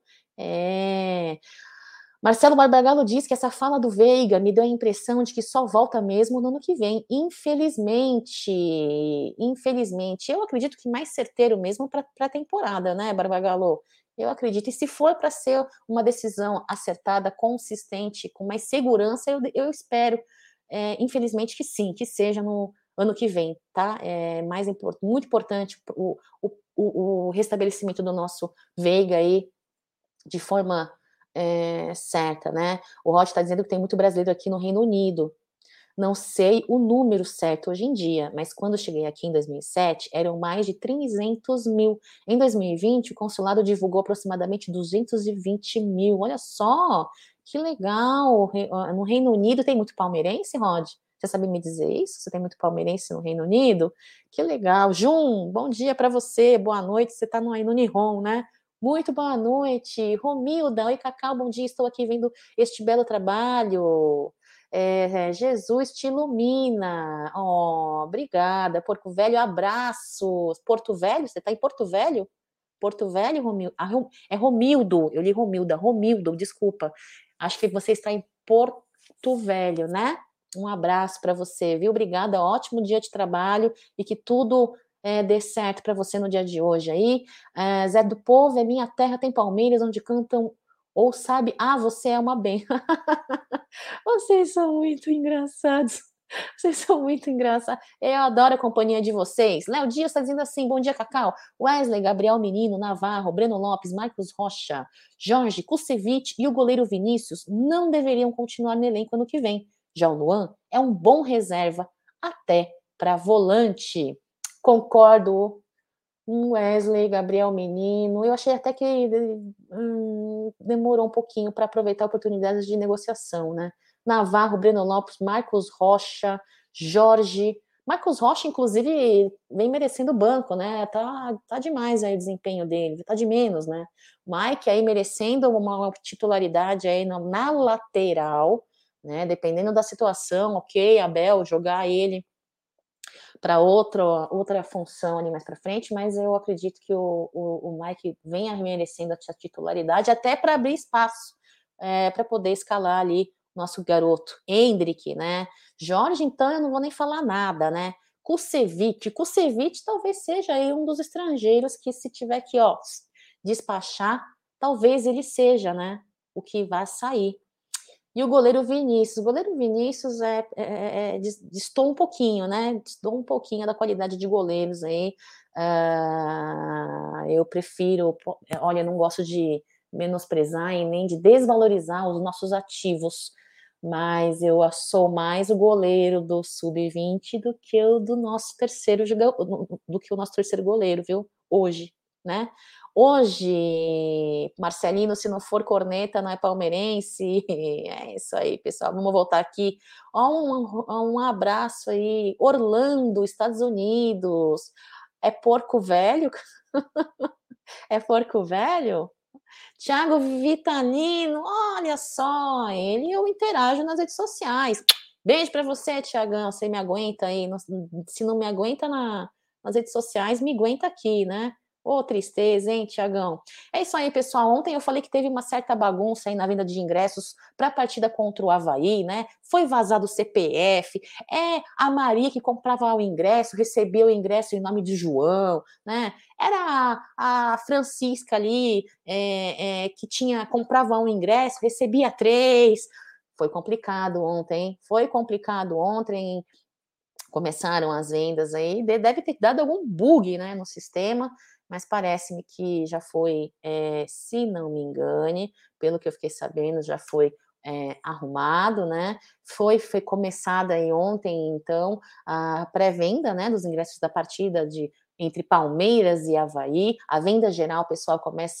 É... Marcelo Barbagallo diz que essa fala do Veiga me deu a impressão de que só volta mesmo no ano que vem. Infelizmente, infelizmente. Eu acredito que mais certeiro mesmo para a temporada, né, Barbagallo? Eu acredito. E se for para ser uma decisão acertada, consistente, com mais segurança, eu, eu espero, é, infelizmente, que sim, que seja no ano que vem, tá? É mais import, muito importante o, o, o, o restabelecimento do nosso Veiga aí de forma é, certa, né? O Rod está dizendo que tem muito brasileiro aqui no Reino Unido. Não sei o número certo hoje em dia, mas quando eu cheguei aqui em dois mil e sete, eram mais de trezentos mil. Em dois mil e vinte, o consulado divulgou aproximadamente duzentos e vinte mil. Olha só, que legal. No Reino Unido tem muito palmeirense, Rod? Você sabe me dizer isso? Você tem muito palmeirense no Reino Unido? Que legal. Jun, bom dia para você, boa noite. Você está no, aí no Nihon, né? Muito boa noite. Romilda, oi, Cacau, bom dia. Estou aqui vendo este belo trabalho. É, Jesus te ilumina. Oh, obrigada. Porto Velho, abraços. Porto Velho? Você está em Porto Velho? Porto Velho, Romildo? Ah, é Romildo. Eu li Romilda. Romildo, desculpa. Acho que você está em Porto Velho, né? Um abraço para você, viu? Obrigada. Ótimo dia de trabalho e que tudo é, dê certo para você no dia de hoje aí. É, Zé do Povo, é minha terra, tem Palmeiras, onde cantam ou sabe, ah, você é uma bem. Vocês são muito engraçados. Vocês são muito engraçados. Eu adoro a companhia de vocês. Léo Dias está dizendo assim: bom dia, Cacau. Wesley, Gabriel Menino, Navarro, Breno Lopes, Marcos Rocha, Jorge, Kusevich e o goleiro Vinícius não deveriam continuar no elenco ano que vem. Já o Luan é um bom reserva até para volante. Concordo. Wesley, Gabriel Menino, eu achei até que hum, demorou um pouquinho para aproveitar oportunidades de negociação, né? Navarro, Breno Lopes, Marcos Rocha, Jorge. Marcos Rocha, inclusive, vem merecendo banco, né? Tá, tá demais aí o desempenho dele, tá de menos, né? Mike aí merecendo uma titularidade aí na, na lateral, né? Dependendo da situação, ok, Abel, jogar ele para outra, outra função ali mais para frente, mas eu acredito que o, o, o Mike venha merecendo a titularidade até para abrir espaço é, para poder escalar ali nosso garoto Hendrick, né? Jorge, então, eu não vou nem falar nada, né? Kusevich, Kusevich talvez seja aí um dos estrangeiros que, se tiver que, ó, despachar, talvez ele seja, né? O que vai sair. E o goleiro Vinícius. O goleiro Vinícius é, é, é, é distou um pouquinho, né? Distou um pouquinho da qualidade de goleiros aí. Uh, eu prefiro, olha, não gosto de menosprezar e nem de desvalorizar os nossos ativos, mas eu sou mais o goleiro do sub vinte do que o do nosso terceiro do que o nosso terceiro goleiro, viu? Hoje, né? Hoje, Marcelino, se não for corneta, não é palmeirense. É isso aí, pessoal. Vamos voltar aqui. Um, um abraço aí. Orlando, Estados Unidos. É porco velho? É porco velho? Tiago Vitalino, olha só, ele eu interajo nas redes sociais. Beijo para você, Tiagão. Você me aguenta aí. Se não me aguenta na, nas redes sociais, me aguenta aqui, né? Ô, oh, tristeza, hein, Tiagão? É isso aí, pessoal. Ontem eu falei que teve uma certa bagunça aí na venda de ingressos para a partida contra o Avaí, né? Foi vazado o C P F. É a Maria que comprava o ingresso, recebeu o ingresso em nome de João, né? Era a, a Francisca ali, é, é, que tinha comprava um ingresso, recebia três. Foi complicado ontem, foi complicado ontem. Começaram as vendas aí, deve ter dado algum bug, né, no sistema, mas parece-me que já foi, é, se não me engane, pelo que eu fiquei sabendo, já foi é, arrumado, né? Foi, foi começada aí ontem, então, a pré-venda, né, dos ingressos da partida de entre Palmeiras e Avaí. A venda geral, pessoal, começa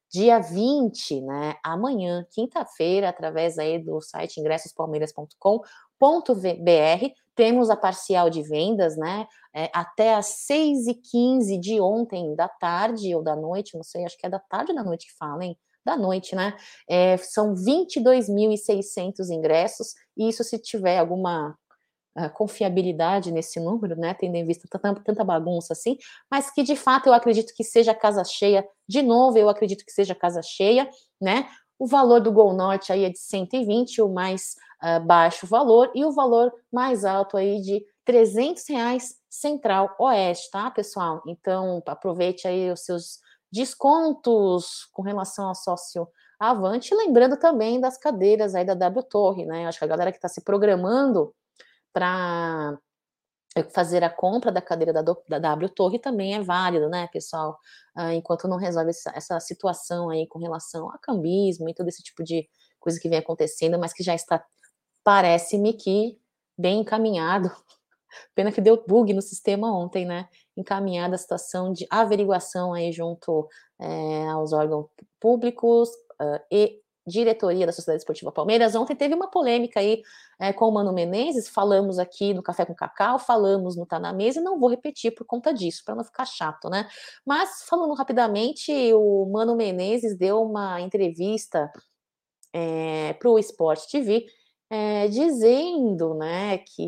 dia vinte, né, amanhã, quinta-feira, através aí do site ingressos palmeiras ponto com ponto br, temos a parcial de vendas, né, é, até às seis e quinze de ontem da tarde ou da noite, não sei, acho que é da tarde ou da noite que fala, hein? Da noite, né? É, são vinte e dois mil e seiscentos ingressos, e isso se tiver alguma uh, confiabilidade nesse número, né, tendo em vista tanta, tanta bagunça assim, mas que de fato eu acredito que seja casa cheia, de novo eu acredito que seja casa cheia, né, o valor do Gol Norte aí é de cento e vinte, o mais uh, baixo valor, e o valor mais alto aí de trezentos reais Central Oeste, tá, pessoal? Então, aproveite aí os seus descontos com relação ao sócio Avante, lembrando também das cadeiras aí da W Torre, né? Acho que a galera que está se programando para fazer a compra da cadeira da, do, da W Torre também é válido, né, pessoal? Ah, enquanto não resolve essa, essa situação aí com relação a cambismo e todo esse tipo de coisa que vem acontecendo, mas que já está, parece-me que, bem encaminhado. Pena que deu bug no sistema ontem, né? Encaminhada a situação de averiguação aí junto é, aos órgãos públicos uh, e diretoria da Sociedade Esportiva Palmeiras. Ontem teve uma polêmica aí é, com o Mano Menezes, falamos aqui no Café com Cacau, falamos no Tá na Mesa, e não vou repetir por conta disso, para não ficar chato, né? Mas, falando rapidamente, o Mano Menezes deu uma entrevista é, para o Sport T V, é, dizendo, né, que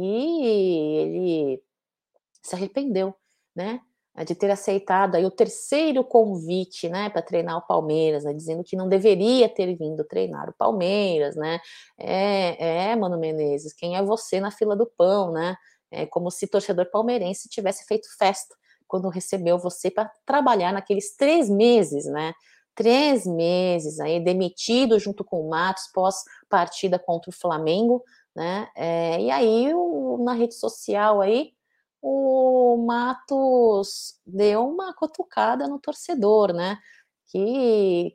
ele se arrependeu, né, de ter aceitado aí o terceiro convite, né, para treinar o Palmeiras, né, dizendo que não deveria ter vindo treinar o Palmeiras, né, é, é, Mano Menezes, quem é você na fila do pão, né, é como se torcedor palmeirense tivesse feito festa quando recebeu você para trabalhar naqueles três meses, né, três meses aí, demitido junto com o Matos, pós-partida contra o Flamengo, né, é, e aí o, na rede social aí, o Matos deu uma cutucada no torcedor, né, que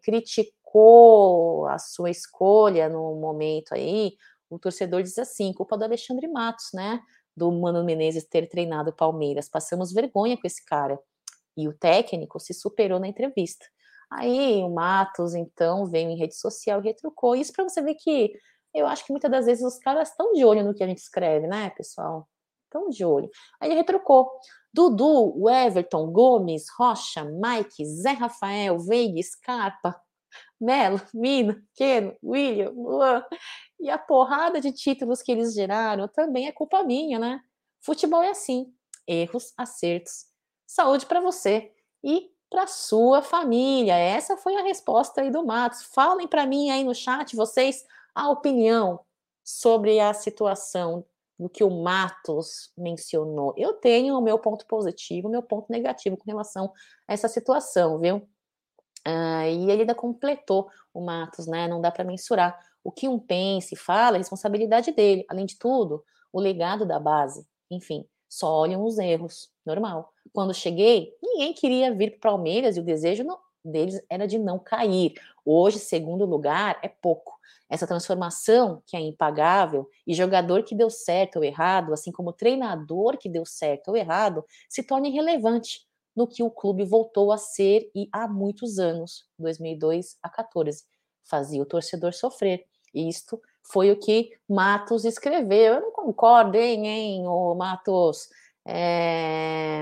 criticou a sua escolha no momento aí. O torcedor diz assim, culpa do Alexandre Matos, né, do Mano Menezes ter treinado o Palmeiras, passamos vergonha com esse cara, e o técnico se superou na entrevista. Aí o Matos, então, veio em rede social e retrucou. Isso para você ver que eu acho que muitas das vezes os caras estão de olho no que a gente escreve, né, pessoal? Estão de olho. Aí ele retrucou. Dudu, o Everton, Gomes, Rocha, Mike, Zé Rafael, Veiga, Scarpa, Melo, Mina, Keno, William, Luan. E a porrada de títulos que eles geraram também é culpa minha, né? Futebol é assim. Erros, acertos. Saúde para você e para sua família. Essa foi a resposta aí do Matos. Falem para mim aí no chat, vocês, a opinião sobre a situação do que o Matos mencionou. Eu tenho o meu ponto positivo, o meu ponto negativo com relação a essa situação, viu? Ah, e ele ainda completou o Matos, né? Não dá para mensurar. O que um pensa e fala é responsabilidade dele. Além de tudo, o legado da base. Enfim, só olham os erros. Normal. Quando cheguei, ninguém queria vir para o Palmeiras e o desejo não, deles era de não cair. Hoje, segundo lugar, é pouco. Essa transformação que é impagável e jogador que deu certo ou errado, assim como treinador que deu certo ou errado, se torna irrelevante no que o clube voltou a ser e há muitos anos, dois mil e dois a quatorze, fazia o torcedor sofrer. E isto foi o que Matos escreveu. Eu não concordo, hein, hein ô Matos? É...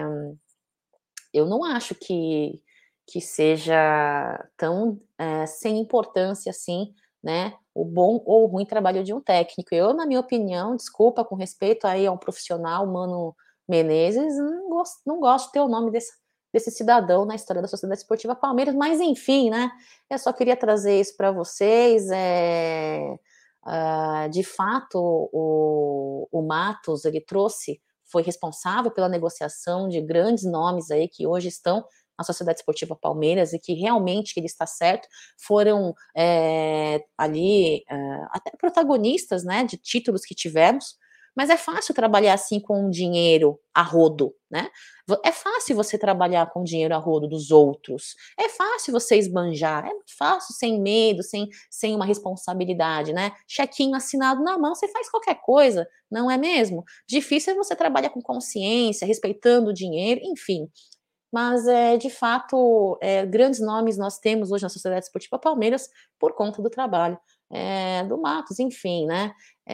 Eu não acho que, que seja tão é, sem importância assim, né? O bom ou o ruim trabalho de um técnico. Eu, na minha opinião, desculpa, com respeito aí a um profissional, Mano Menezes, não gosto, não gosto de ter o nome desse, desse cidadão na história da Sociedade Esportiva Palmeiras, mas enfim, né? Eu só queria trazer isso para vocês. É, uh, de fato, o, o Matos, ele trouxe, foi responsável pela negociação de grandes nomes aí que hoje estão na Sociedade Esportiva Palmeiras e que realmente ele está certo, foram é, ali é, até protagonistas, né, de títulos que tivemos, mas é fácil trabalhar assim com dinheiro a rodo, né? É fácil você trabalhar com dinheiro a rodo dos outros, é fácil você esbanjar, é muito fácil, sem medo, sem, sem uma responsabilidade, né? Chequinho assinado na mão, você faz qualquer coisa, não é mesmo? Difícil é você trabalhar com consciência, respeitando o dinheiro, enfim. mas, é de fato, eh, grandes nomes nós temos hoje na Sociedade Esportiva Palmeiras por conta do trabalho, eh, do Matos, enfim, né.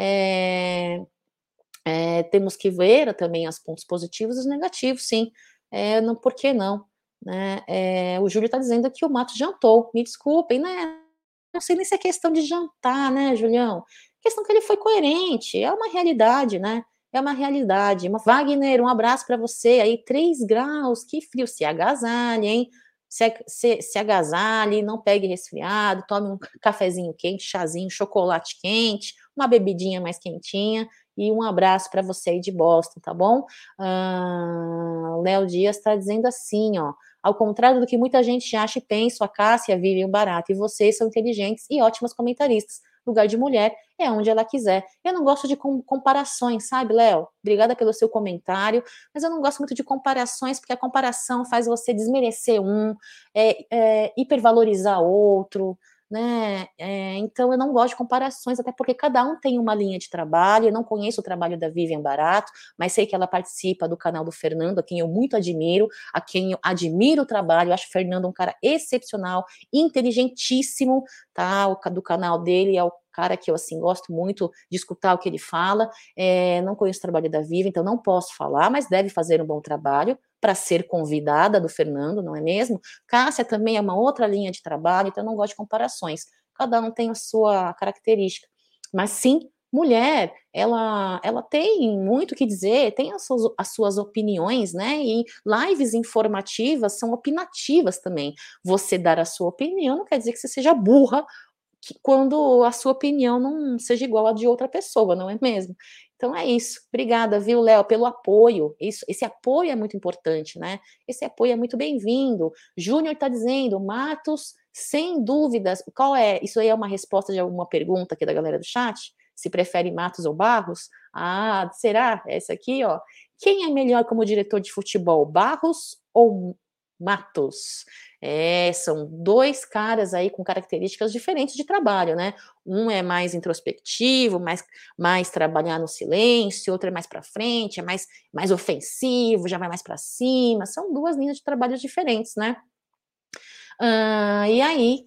Eh eh, temos que ver também os pontos positivos e os negativos, sim. Eh, não, por que não, né. Eh, o Júlio tá dizendo aqui: "O Matos jantou". Me desculpem, né, não sei nem se é questão de jantar, né, Julião. Questão que ele foi coerente, é uma realidade, né, é uma realidade. Uma Wagner, um abraço pra você aí, três graus, que frio. Se agasalhe, hein. Se a se se agasalhe, não pegue resfriado, tome um cafezinho quente, chazinho, chocolate quente, uma bebidinha mais quentinha, e um abraço pra você aí de Boston, tá bom. Hã, o Léo Dias tá dizendo assim, ó: "Ao contrário do que muita gente acha e pensa, a Cássia vive um barato, e vocês são inteligentes e ótimas comentaristas. Lugar de mulher é onde ela quiser". Eu não gosto de com comparações, sabe, Léo. Obrigada pelo seu comentário, mas eu não gosto muito de comparações, porque a comparação faz você desmerecer um, eh eh, hipervalorizar outro, né. Eh, então eu não gosto de comparações, até porque cada um tem uma linha de trabalho, eu não conheço o trabalho da Vivian Barato, mas sei que ela participa do canal do Fernando, a quem eu muito admiro, a quem eu admiro o trabalho, eu acho o Fernando um cara excepcional, inteligentíssimo, tá. O ca do canal dele é o cara que eu, assim, gosto muito de escutar o que ele fala. Eh, não conheço o trabalho da Vivian, então não posso falar, mas deve fazer um bom trabalho pra ser convidada do Fernando, não é mesmo. Cássia também é uma outra linha de trabalho, então eu não gosto de comparações. Cada um tem a sua característica. Mas sim, mulher, ela ela tem muito o que dizer, tem as suas as suas opiniões, né, e lives informativas são opinativas também. Você dar a sua opinião não quer dizer que você seja burra, que quando a sua opinião não seja igual à de outra pessoa, não é mesmo. Então é isso. Obrigada, viu, Léo, pelo apoio. Isso, esse apoio é muito importante, né. Esse apoio é muito bem-vindo. Júnior tá dizendo: "Matos, sem dúvidas". Qual é isso aí é uma resposta de alguma pergunta aqui da galera do chat? Se prefere Matos ou Barros? Ah, será? Essa aqui, ó: "Quem é melhor como diretor de futebol, Barros ou Matos?". É, são dois caras aí com características diferentes de trabalho, né. Um é mais introspectivo, mais mais trabalhar no silêncio, outro é mais pra frente, é mais mais ofensivo, já vai mais pra cima, são duas linhas de trabalhos diferentes, né. Hã, e aí,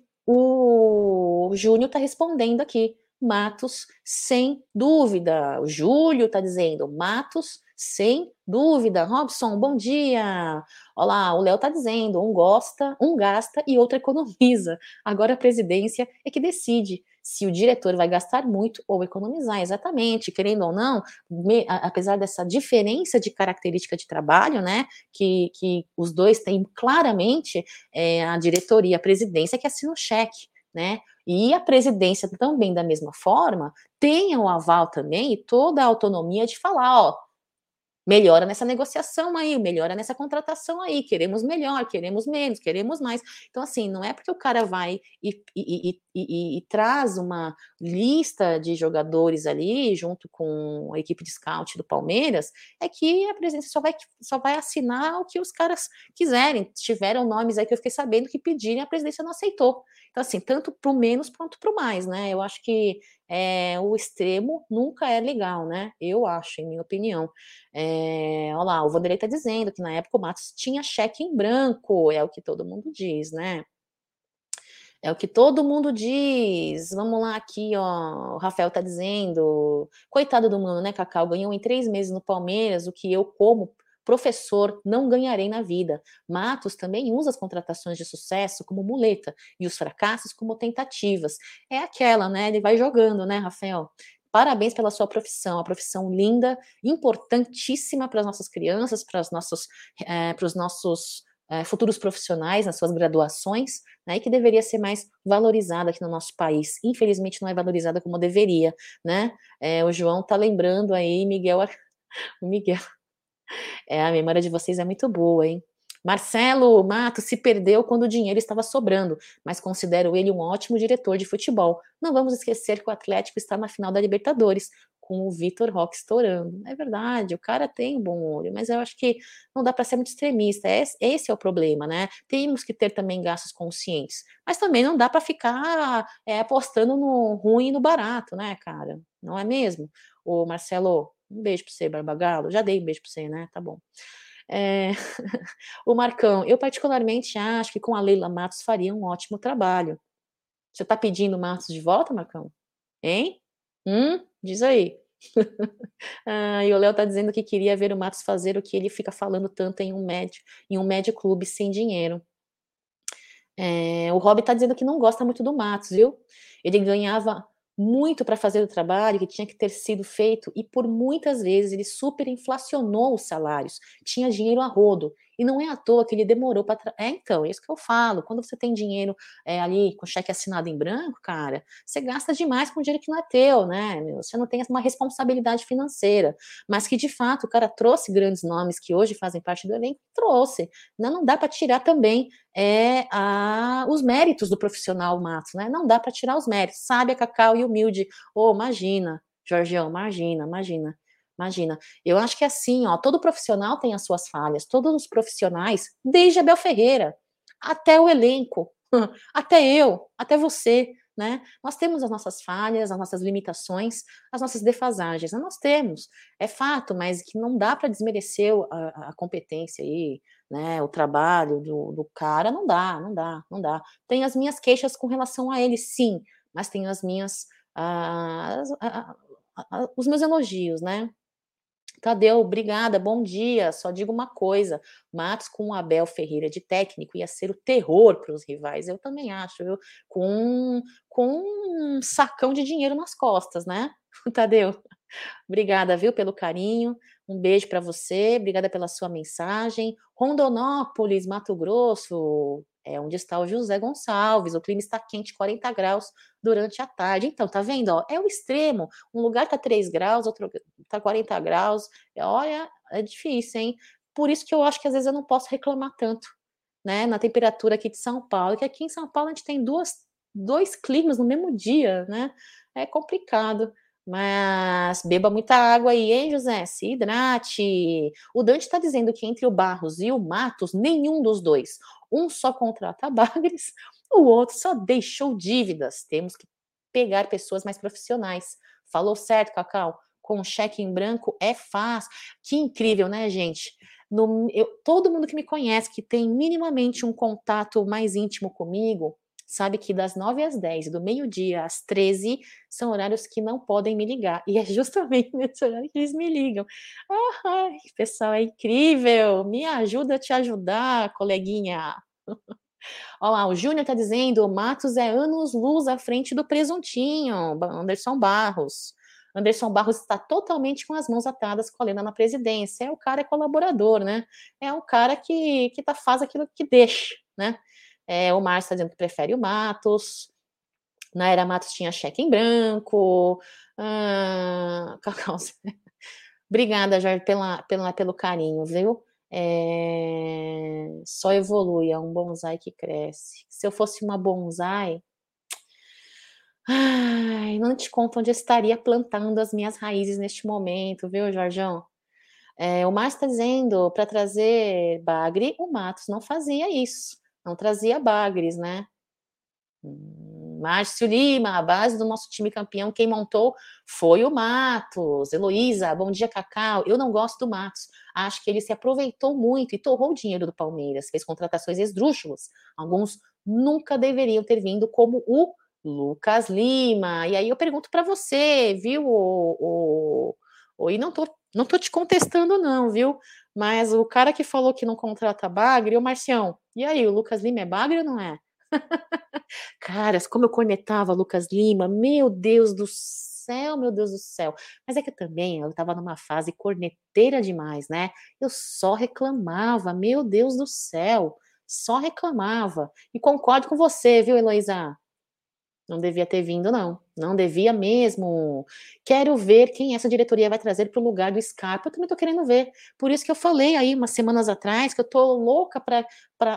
o Júnior tá respondendo aqui: "Matos, sem dúvida". O Júlio tá dizendo: "Matos, sem dúvida". Robson, bom dia. Ó lá, o Léo tá dizendo: "Um gosta um gasta e outro economiza. Agora a presidência é que decide se o diretor vai gastar muito ou economizar". Exatamente, querendo ou não, me a apesar dessa diferença de característica de trabalho, né, que que os dois têm claramente, eh, a diretoria, a presidência que assina o cheque, né. E a presidência também, da mesma forma, tem o aval também e toda a autonomia de falar: "Ó, melhora nessa negociação aí, melhora nessa contratação aí, queremos melhor, queremos menos, queremos mais". Então, assim, não é porque o cara vai e e e e e traz uma lista de jogadores ali, junto com a equipe de scout do Palmeiras, é que a presidência só vai só vai assinar o que os caras quiserem. Tiveram nomes aí que eu fiquei sabendo que pediram e a presidência não aceitou. Então, assim, tanto para o menos quanto para o mais, né. Eu acho que, eh, o extremo nunca é legal, né, eu acho, em minha opinião. Eh, ó lá, o Vanderlei tá dizendo que na época o Matos tinha cheque em branco, é o que todo mundo diz, né. É o que todo mundo diz. Vamos lá aqui, ó, o Rafael tá dizendo: "Coitado do mano, né, Cacau, ganhou em três meses no Palmeiras o que eu, como professor, não ganharei na vida. Matos também usa as contratações de sucesso como muleta e os fracassos como tentativas". É aquela, né, ele vai jogando, né, Rafael. Parabéns pela sua profissão, uma profissão linda, importantíssima para as nossas crianças, para os nossos, eh, para os nossos, eh, futuros profissionais nas suas graduações, né, e que deveria ser mais valorizada aqui no nosso país. Infelizmente não é valorizada como deveria, né. Eh, o João tá lembrando aí Miguel Ar o Miguel. É, a memória de vocês é muito boa, hein. Marcelo Matos se perdeu quando o dinheiro estava sobrando, mas considero ele um ótimo diretor de futebol. Não vamos esquecer que o Atlético está na final da Libertadores, com o Vitor Roque estourando. É verdade, o cara tem um bom olho, mas eu acho que não dá pra ser muito extremista, esse esse é o problema, né. Temos que ter também gastos conscientes, mas também não dá pra ficar, eh, apostando no ruim e no barato, né, cara, não é mesmo? Ô Marcelo, um beijo pra você, Barbagalo. Já dei um beijo pra você, né, tá bom. É, o Marcão, eu particularmente acho que com a Leila Matos faria um ótimo trabalho. Você tá pedindo o Matos de volta, Marcão? Hein? Hum? Diz aí. Ah, e o Léo tá dizendo que queria ver o Matos fazer o que ele fica falando tanto em um médio, em um médio clube sem dinheiro. É, o Rob tá dizendo que não gosta muito do Matos, viu? Ele ganhava muito para fazer o trabalho que tinha que ter sido feito e por muitas vezes ele superinflacionou os salários, tinha dinheiro a rodo. E não é à toa que ele demorou para. Tra... É, então, é isso que eu falo. Quando você tem dinheiro é, ali com cheque assinado em branco, cara, você gasta demais com dinheiro que não é teu, né? Meu? Você não tem uma responsabilidade financeira. Mas que de fato o cara trouxe grandes nomes que hoje fazem parte do elenco, trouxe. Não, não dá para tirar também é a, os méritos do profissional Matos, né? Não dá para tirar os méritos. Sábia, Cacau e humilde. Oh, imagina, Jorgeão, imagina, imagina, imagina. Eu acho que é assim, ó, todo profissional tem as suas falhas, todos os profissionais, desde Abel Ferreira até o elenco, até eu, até você, né? Nós temos as nossas falhas, as nossas limitações, as nossas defasagens, nós temos, é fato, mas que não dá para desmerecer a, a competência aí, né, o trabalho do, do cara, não dá, não dá, não dá. Tenho as minhas queixas com relação a ele, sim, mas tenho as minhas, ah, as- a- a- a- os meus elogios, né? Tadeu, obrigada, bom dia. Só digo uma coisa: Matos com o Abel Ferreira de técnico ia ser o terror para os rivais. Eu também acho, viu? Com, com um sacão de dinheiro nas costas, né? Tadeu, obrigada, viu, pelo carinho. Um beijo para você, obrigada pela sua mensagem. Rondonópolis, Mato Grosso, é onde está o José Gonçalves. O clima está quente, quarenta graus durante a tarde. Então, tá vendo? Ó, é o extremo. Um lugar tá três graus, outro tá quarenta graus. Olha, é difícil, hein? Por isso que eu acho que às vezes eu não posso reclamar tanto, né? Na temperatura aqui de São Paulo, que aqui em São Paulo a gente tem duas, dois climas no mesmo dia, né? É complicado. Mas beba muita água aí, hein, José? Se hidrate. O Dante está dizendo que entre o Barros e o Matos, nenhum dos dois. Um só contrata bagres, o outro só deixou dívidas. Temos que pegar pessoas mais profissionais. Falou certo, Cacau? Com cheque em branco é fácil. Que incrível, né, gente? No, eu, todo mundo que me conhece, que tem minimamente um contato mais íntimo comigo, sabe que das nove às dez, do meio-dia às treze, são horários que não podem me ligar. E é justamente nesse horário que eles me ligam. Ai, pessoal, é incrível. Me ajuda a te ajudar, coleguinha. Olha lá, o Júnior está dizendo: o Matos é anos-luz à frente do presuntinho, Anderson Barros. Anderson Barros está totalmente com as mãos atadas com a Lena na presidência. É o cara é colaborador, né? É o cara que, que tá, faz aquilo que deixa, né? É, o Márcio está dizendo que prefere o Matos. Na era Matos tinha cheque em branco. Ah, Cacau, obrigada, Jorge, pela, pela, pelo carinho, viu? É... Só evolui, é um bonsai que cresce. Se eu fosse uma bonsai, ai, não te conto onde eu estaria plantando as minhas raízes neste momento, viu, Jorjão? É, o Márcio está dizendo para trazer bagre, o Matos não fazia isso, não trazia bagres, né? Hum, Márcio Lima, a base do nosso time campeão, quem montou foi o Matos. Heloísa, bom dia, Cacau. Eu não gosto do Matos. Acho que ele se aproveitou muito e torrou o dinheiro do Palmeiras, fez contratações esdrúxulas. Alguns nunca deveriam ter vindo, como o Lucas Lima. E aí eu pergunto para você, viu? O, o, o, e não tô, não tô te contestando, não, viu? Mas o cara que falou que não contrata bagre, o Marcião. E aí, o Lucas Lima é bagre ou não é? Caras, como eu cornetava Lucas Lima, meu Deus do céu, meu Deus do céu. Mas é que também eu estava numa fase corneteira demais, né? Eu só reclamava, meu Deus do céu, só reclamava. E concordo com você, viu, Heloísa? Não devia ter vindo, não. Não devia mesmo. Quero ver quem essa diretoria vai trazer para o lugar do Scarpa. Eu também estou querendo ver. Por isso que eu falei aí umas semanas atrás que eu tô louca para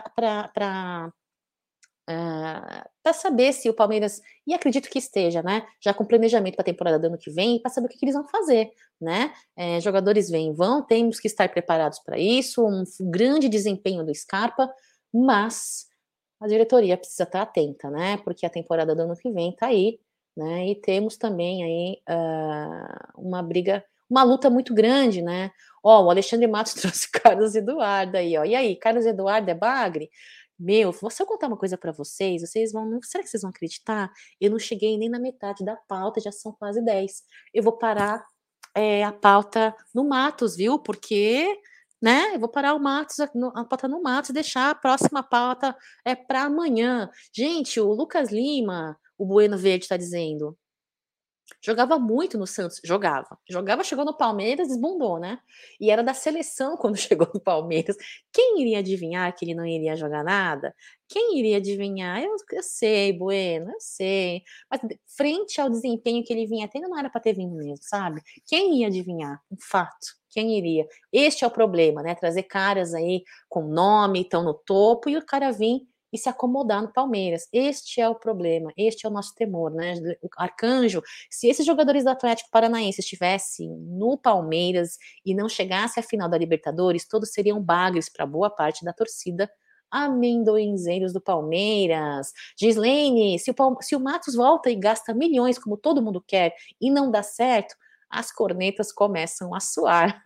ah, para saber se o Palmeiras, e acredito que esteja, né, já com planejamento para a temporada do ano que vem, para saber o que, que eles vão fazer, né? É, jogadores vêm e vão, temos que estar preparados para isso, um grande desempenho do Scarpa, mas a diretoria precisa estar atenta, né? Porque a temporada do ano que vem está aí, né? E temos também aí uh, uma briga, uma luta muito grande, né. Ó, o Alexandre Matos trouxe Carlos Eduardo aí, ó. E aí, Carlos Eduardo é bagre? Meu, se eu contar uma coisa pra vocês, vocês vão será que vocês vão acreditar? Eu não cheguei nem na metade da pauta, já são quase dez. Eu vou parar, eh, a pauta no Matos, viu, porque, né, eu vou parar o Matos a no a pauta no Matos e deixar a próxima pauta, eh, pra amanhã. Gente, o Lucas Lima, o Bueno Verde tá dizendo, jogava muito no Santos, jogava. Jogava, chegou no Palmeiras, desbundou, né. E era da seleção quando chegou no Palmeiras. Quem iria adivinhar que ele não iria jogar nada? Quem iria adivinhar? Eu eu sei, Bueno, eu sei. Mas d frente ao desempenho que ele vinha tendo, não era pra ter vindo mesmo, sabe. Quem ia adivinhar? Um fato, quem iria? Este é o problema, né, trazer caras aí com nome, estão no topo, e o cara vir e se acomodar no Palmeiras. Este é o problema, este é o nosso temor, né, o Arcanjo, se esses jogadores do Atlético Paranaense estivessem no Palmeiras e não chegasse à final da Libertadores, todos seriam bagres pra boa parte da torcida amendoinzeiros do Palmeiras. Gislene, se o Palm se o Matos volta e gasta milhões como todo mundo quer e não dá certo, as cornetas começam a soar.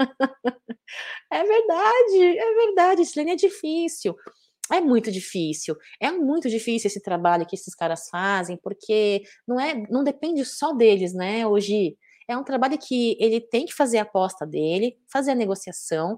É verdade, é verdade, Gislene, é difícil. É muito difícil, é muito difícil esse trabalho que esses caras fazem, porque não é não depende só deles, né, hoje é um trabalho que ele tem que fazer a aposta dele, fazer a negociação,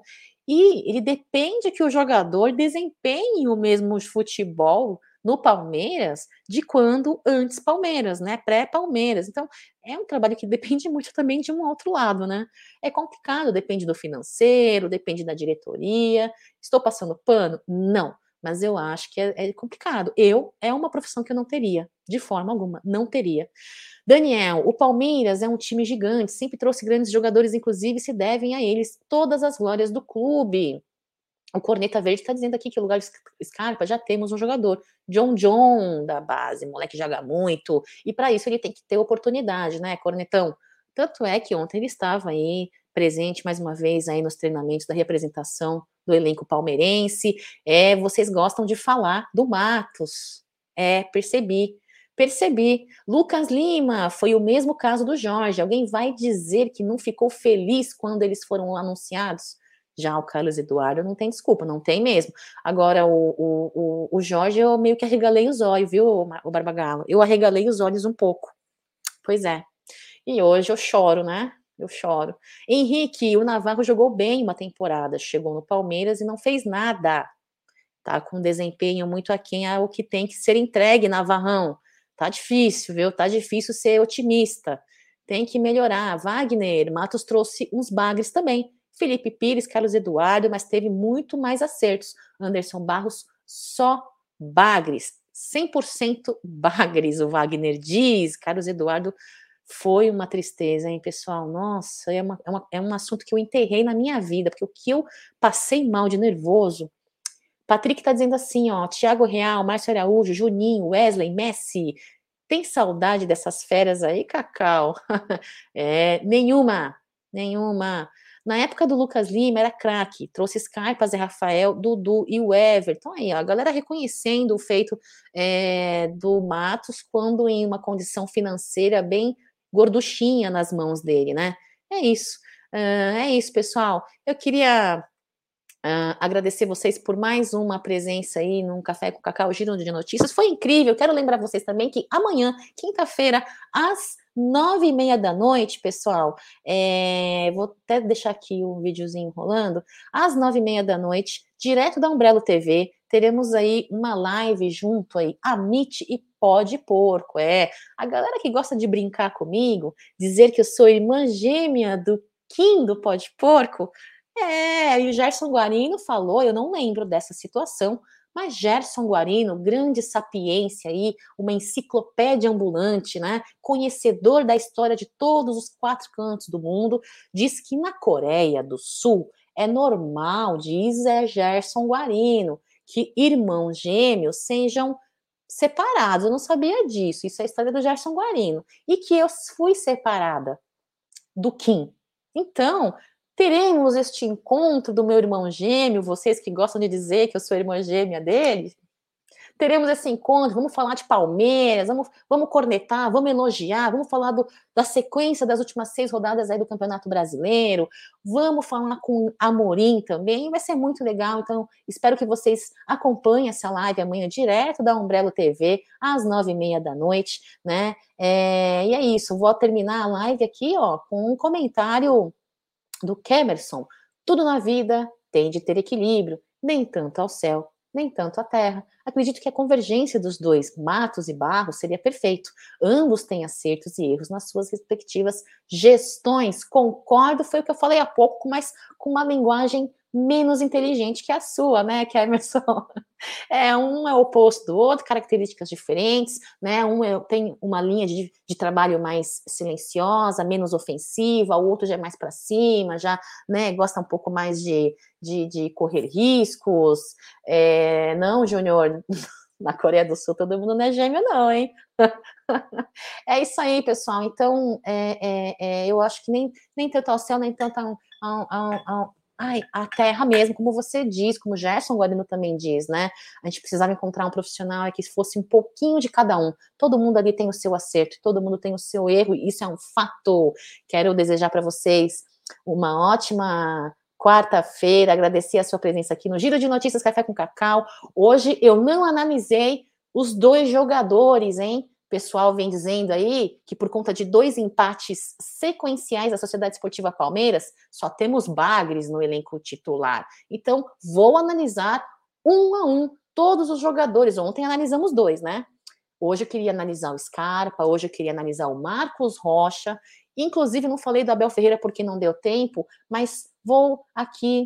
e ele depende que o jogador desempenhe o mesmo futebol no Palmeiras de quando antes Palmeiras, né, pré-Palmeiras. Então, é um trabalho que depende muito também de um outro lado, né. É complicado, depende do financeiro, depende da diretoria. Estou passando pano? Não. Mas eu acho que é é complicado. Eu é uma profissão que eu não teria, de forma alguma, não teria. Daniel, o Palmeiras é um time gigante, sempre trouxe grandes jogadores, inclusive se devem a eles todas as glórias do clube. O Corneta Verde tá dizendo aqui que o lugar do Sc Scarpa já temos um jogador, John John da base, moleque joga muito, e pra isso ele tem que ter oportunidade, né, Cornetão. Tanto é que ontem ele estava aí, presente mais uma vez aí nos treinamentos da representação do elenco palmeirense. É, vocês gostam de falar do Matos. É, percebi, percebi. Lucas Lima, foi o mesmo caso do Jorge, alguém vai dizer que não ficou feliz quando eles foram anunciados? Já o Carlos Eduardo não tem desculpa, não tem mesmo. Agora o o o o Jorge eu meio que arregalei os olhos, viu, o Ma o Barbagalo, eu arregalei os olhos um pouco. Pois é. E hoje eu choro, né, eu choro. Henrique, o Navarro jogou bem uma temporada, chegou no Palmeiras e não fez nada. Tá com desempenho muito aquém ao que tem que ser entregue, Navarrão. Tá difícil, viu, tá difícil ser otimista. Tem que melhorar. Wagner, Matos trouxe uns bagres também. Felipe Pires, Carlos Eduardo, mas teve muito mais acertos. Anderson Barros, só bagres. cem por cento bagres, o Wagner diz. Carlos Eduardo foi uma tristeza, hein, pessoal. Nossa, é uma é uma é um assunto que eu enterrei na minha vida, porque o que eu passei mal de nervoso. Patrick tá dizendo assim, ó, Thiago Real, Márcio Araújo, Juninho, Wesley, Messi. Tem saudade dessas feras aí, Cacau? É, nenhuma, nenhuma. Na época do Lucas Lima era craque, trouxe Scarpa, Zé Rafael, Dudu e o Everton. Aí, ó, a galera reconhecendo o feito, eh, do Matos quando em uma condição financeira bem gorduchinha nas mãos dele, né. É isso. Hã, é isso, pessoal. Eu queria, hã, agradecer vocês por mais uma presença aí num Café com Cacau, giro de notícias. Foi incrível. Quero lembrar vocês também que amanhã, quinta-feira, às nove e meia da noite, pessoal, eh, vou até deixar aqui o videozinho rolando. Às nove e meia da noite, direto da Umbrello TV, teremos aí uma live junto aí, Amit e Pó de Porco. É, a galera que gosta de brincar comigo, dizer que eu sou irmã gêmea do Kim do Pó de Porco, é, e o Gerson Guarino falou, eu não lembro dessa situação, mas Gerson Guarino, grande sapiência aí, uma enciclopédia ambulante, né, conhecedor da história de todos os quatro cantos do mundo, diz que na Coreia do Sul é normal, diz é Gerson Guarino, que irmãos gêmeos sejam separados. Eu não sabia disso, isso é a história do Gerson Guarino. E que eu fui separada do Kim. Então, teremos este encontro do meu irmão gêmeo, vocês que gostam de dizer que eu sou irmã gêmea dele. teremos esse encontro, vamos falar de Palmeiras, vamos, vamos cornetar, vamos elogiar, vamos falar do, da sequência das últimas seis rodadas aí do Campeonato Brasileiro, vamos falar com Amorim também, vai ser muito legal, então espero que vocês acompanhem essa live amanhã direto da Umbrello T V, às nove e meia da noite, né, é, e é isso, vou terminar a live aqui, ó, com um comentário do Kemerson: tudo na vida tem de ter equilíbrio, nem tanto ao céu, nem tanto à terra. Acredito que a convergência dos dois, Matos e Barros, seria perfeito. Ambos têm acertos e erros nas suas respectivas gestões. Concordo, foi o que eu falei há pouco, mas com uma linguagem menos inteligente que a sua, né, Kemerson? É, um é o oposto do outro, características diferentes, né? Um é, tem uma linha de, de trabalho mais silenciosa, menos ofensiva, o outro já é mais para cima, já, né, gosta um pouco mais de, de, de correr riscos. É, não, Júnior, na Coreia do Sul todo mundo não é gêmeo, não, hein? É isso aí, pessoal. Então, é, é, é, eu acho que nem, nem tanto ao céu, nem tanto ao, ao, ao, ao ai, a terra mesmo, como você diz, como o Gerson Guarino também diz, né? A gente precisava encontrar um profissional que fosse um pouquinho de cada um. Todo mundo ali tem o seu acerto, todo mundo tem o seu erro, e isso é um fato. Quero desejar para vocês uma ótima quarta-feira, agradecer a sua presença aqui no Giro de Notícias Café com Cacau. Hoje eu não analisei os dois jogadores, hein? O pessoal vem dizendo aí que por conta de dois empates sequenciais da Sociedade Esportiva Palmeiras, só temos bagres no elenco titular. Então, vou analisar um a um todos os jogadores. Ontem analisamos dois, né? Hoje eu queria analisar o Scarpa, hoje eu queria analisar o Marcos Rocha. Inclusive, não falei do Abel Ferreira porque não deu tempo, mas vou aqui...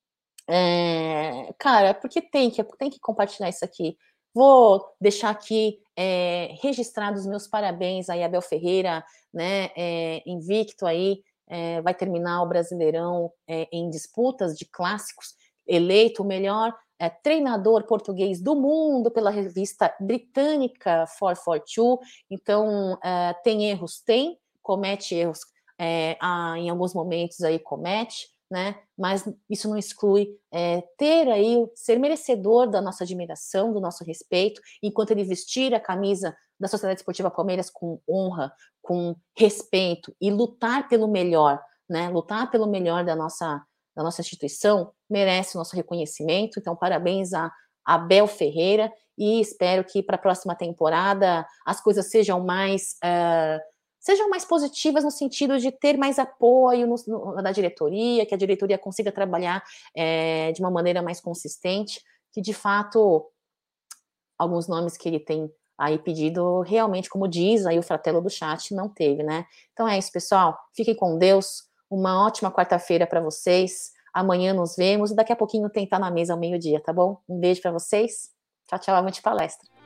É, cara, porque tem que, tem que compartilhar isso aqui. Vou deixar aqui é, registrados os meus parabéns aí, Abel Ferreira, né, é, invicto aí, é, vai terminar o Brasileirão é, em disputas de clássicos, eleito o melhor é, treinador português do mundo pela revista britânica quatrocentos e quarenta e dois, então é, tem erros, tem, comete erros, é, ah, em alguns momentos aí comete, né? Mas isso não exclui é, ter aí, ser merecedor da nossa admiração, do nosso respeito, enquanto ele vestir a camisa da Sociedade Esportiva Palmeiras com honra, com respeito e lutar pelo melhor, né? Lutar pelo melhor da nossa, da nossa instituição, merece o nosso reconhecimento. Então, parabéns a Abel Ferreira e espero que para a próxima temporada as coisas sejam mais... Uh, sejam mais positivas no sentido de ter mais apoio no, no, da diretoria, que a diretoria consiga trabalhar é, de uma maneira mais consistente, que de fato alguns nomes que ele tem aí pedido, realmente, como diz aí o Fratello do chat, não teve, né? Então é isso, pessoal. Fiquem com Deus. Uma ótima quarta-feira para vocês. Amanhã nos vemos e daqui a pouquinho tentar na mesa ao meio-dia, tá bom? Um beijo para vocês. Tchau, tchau. Avante palestra.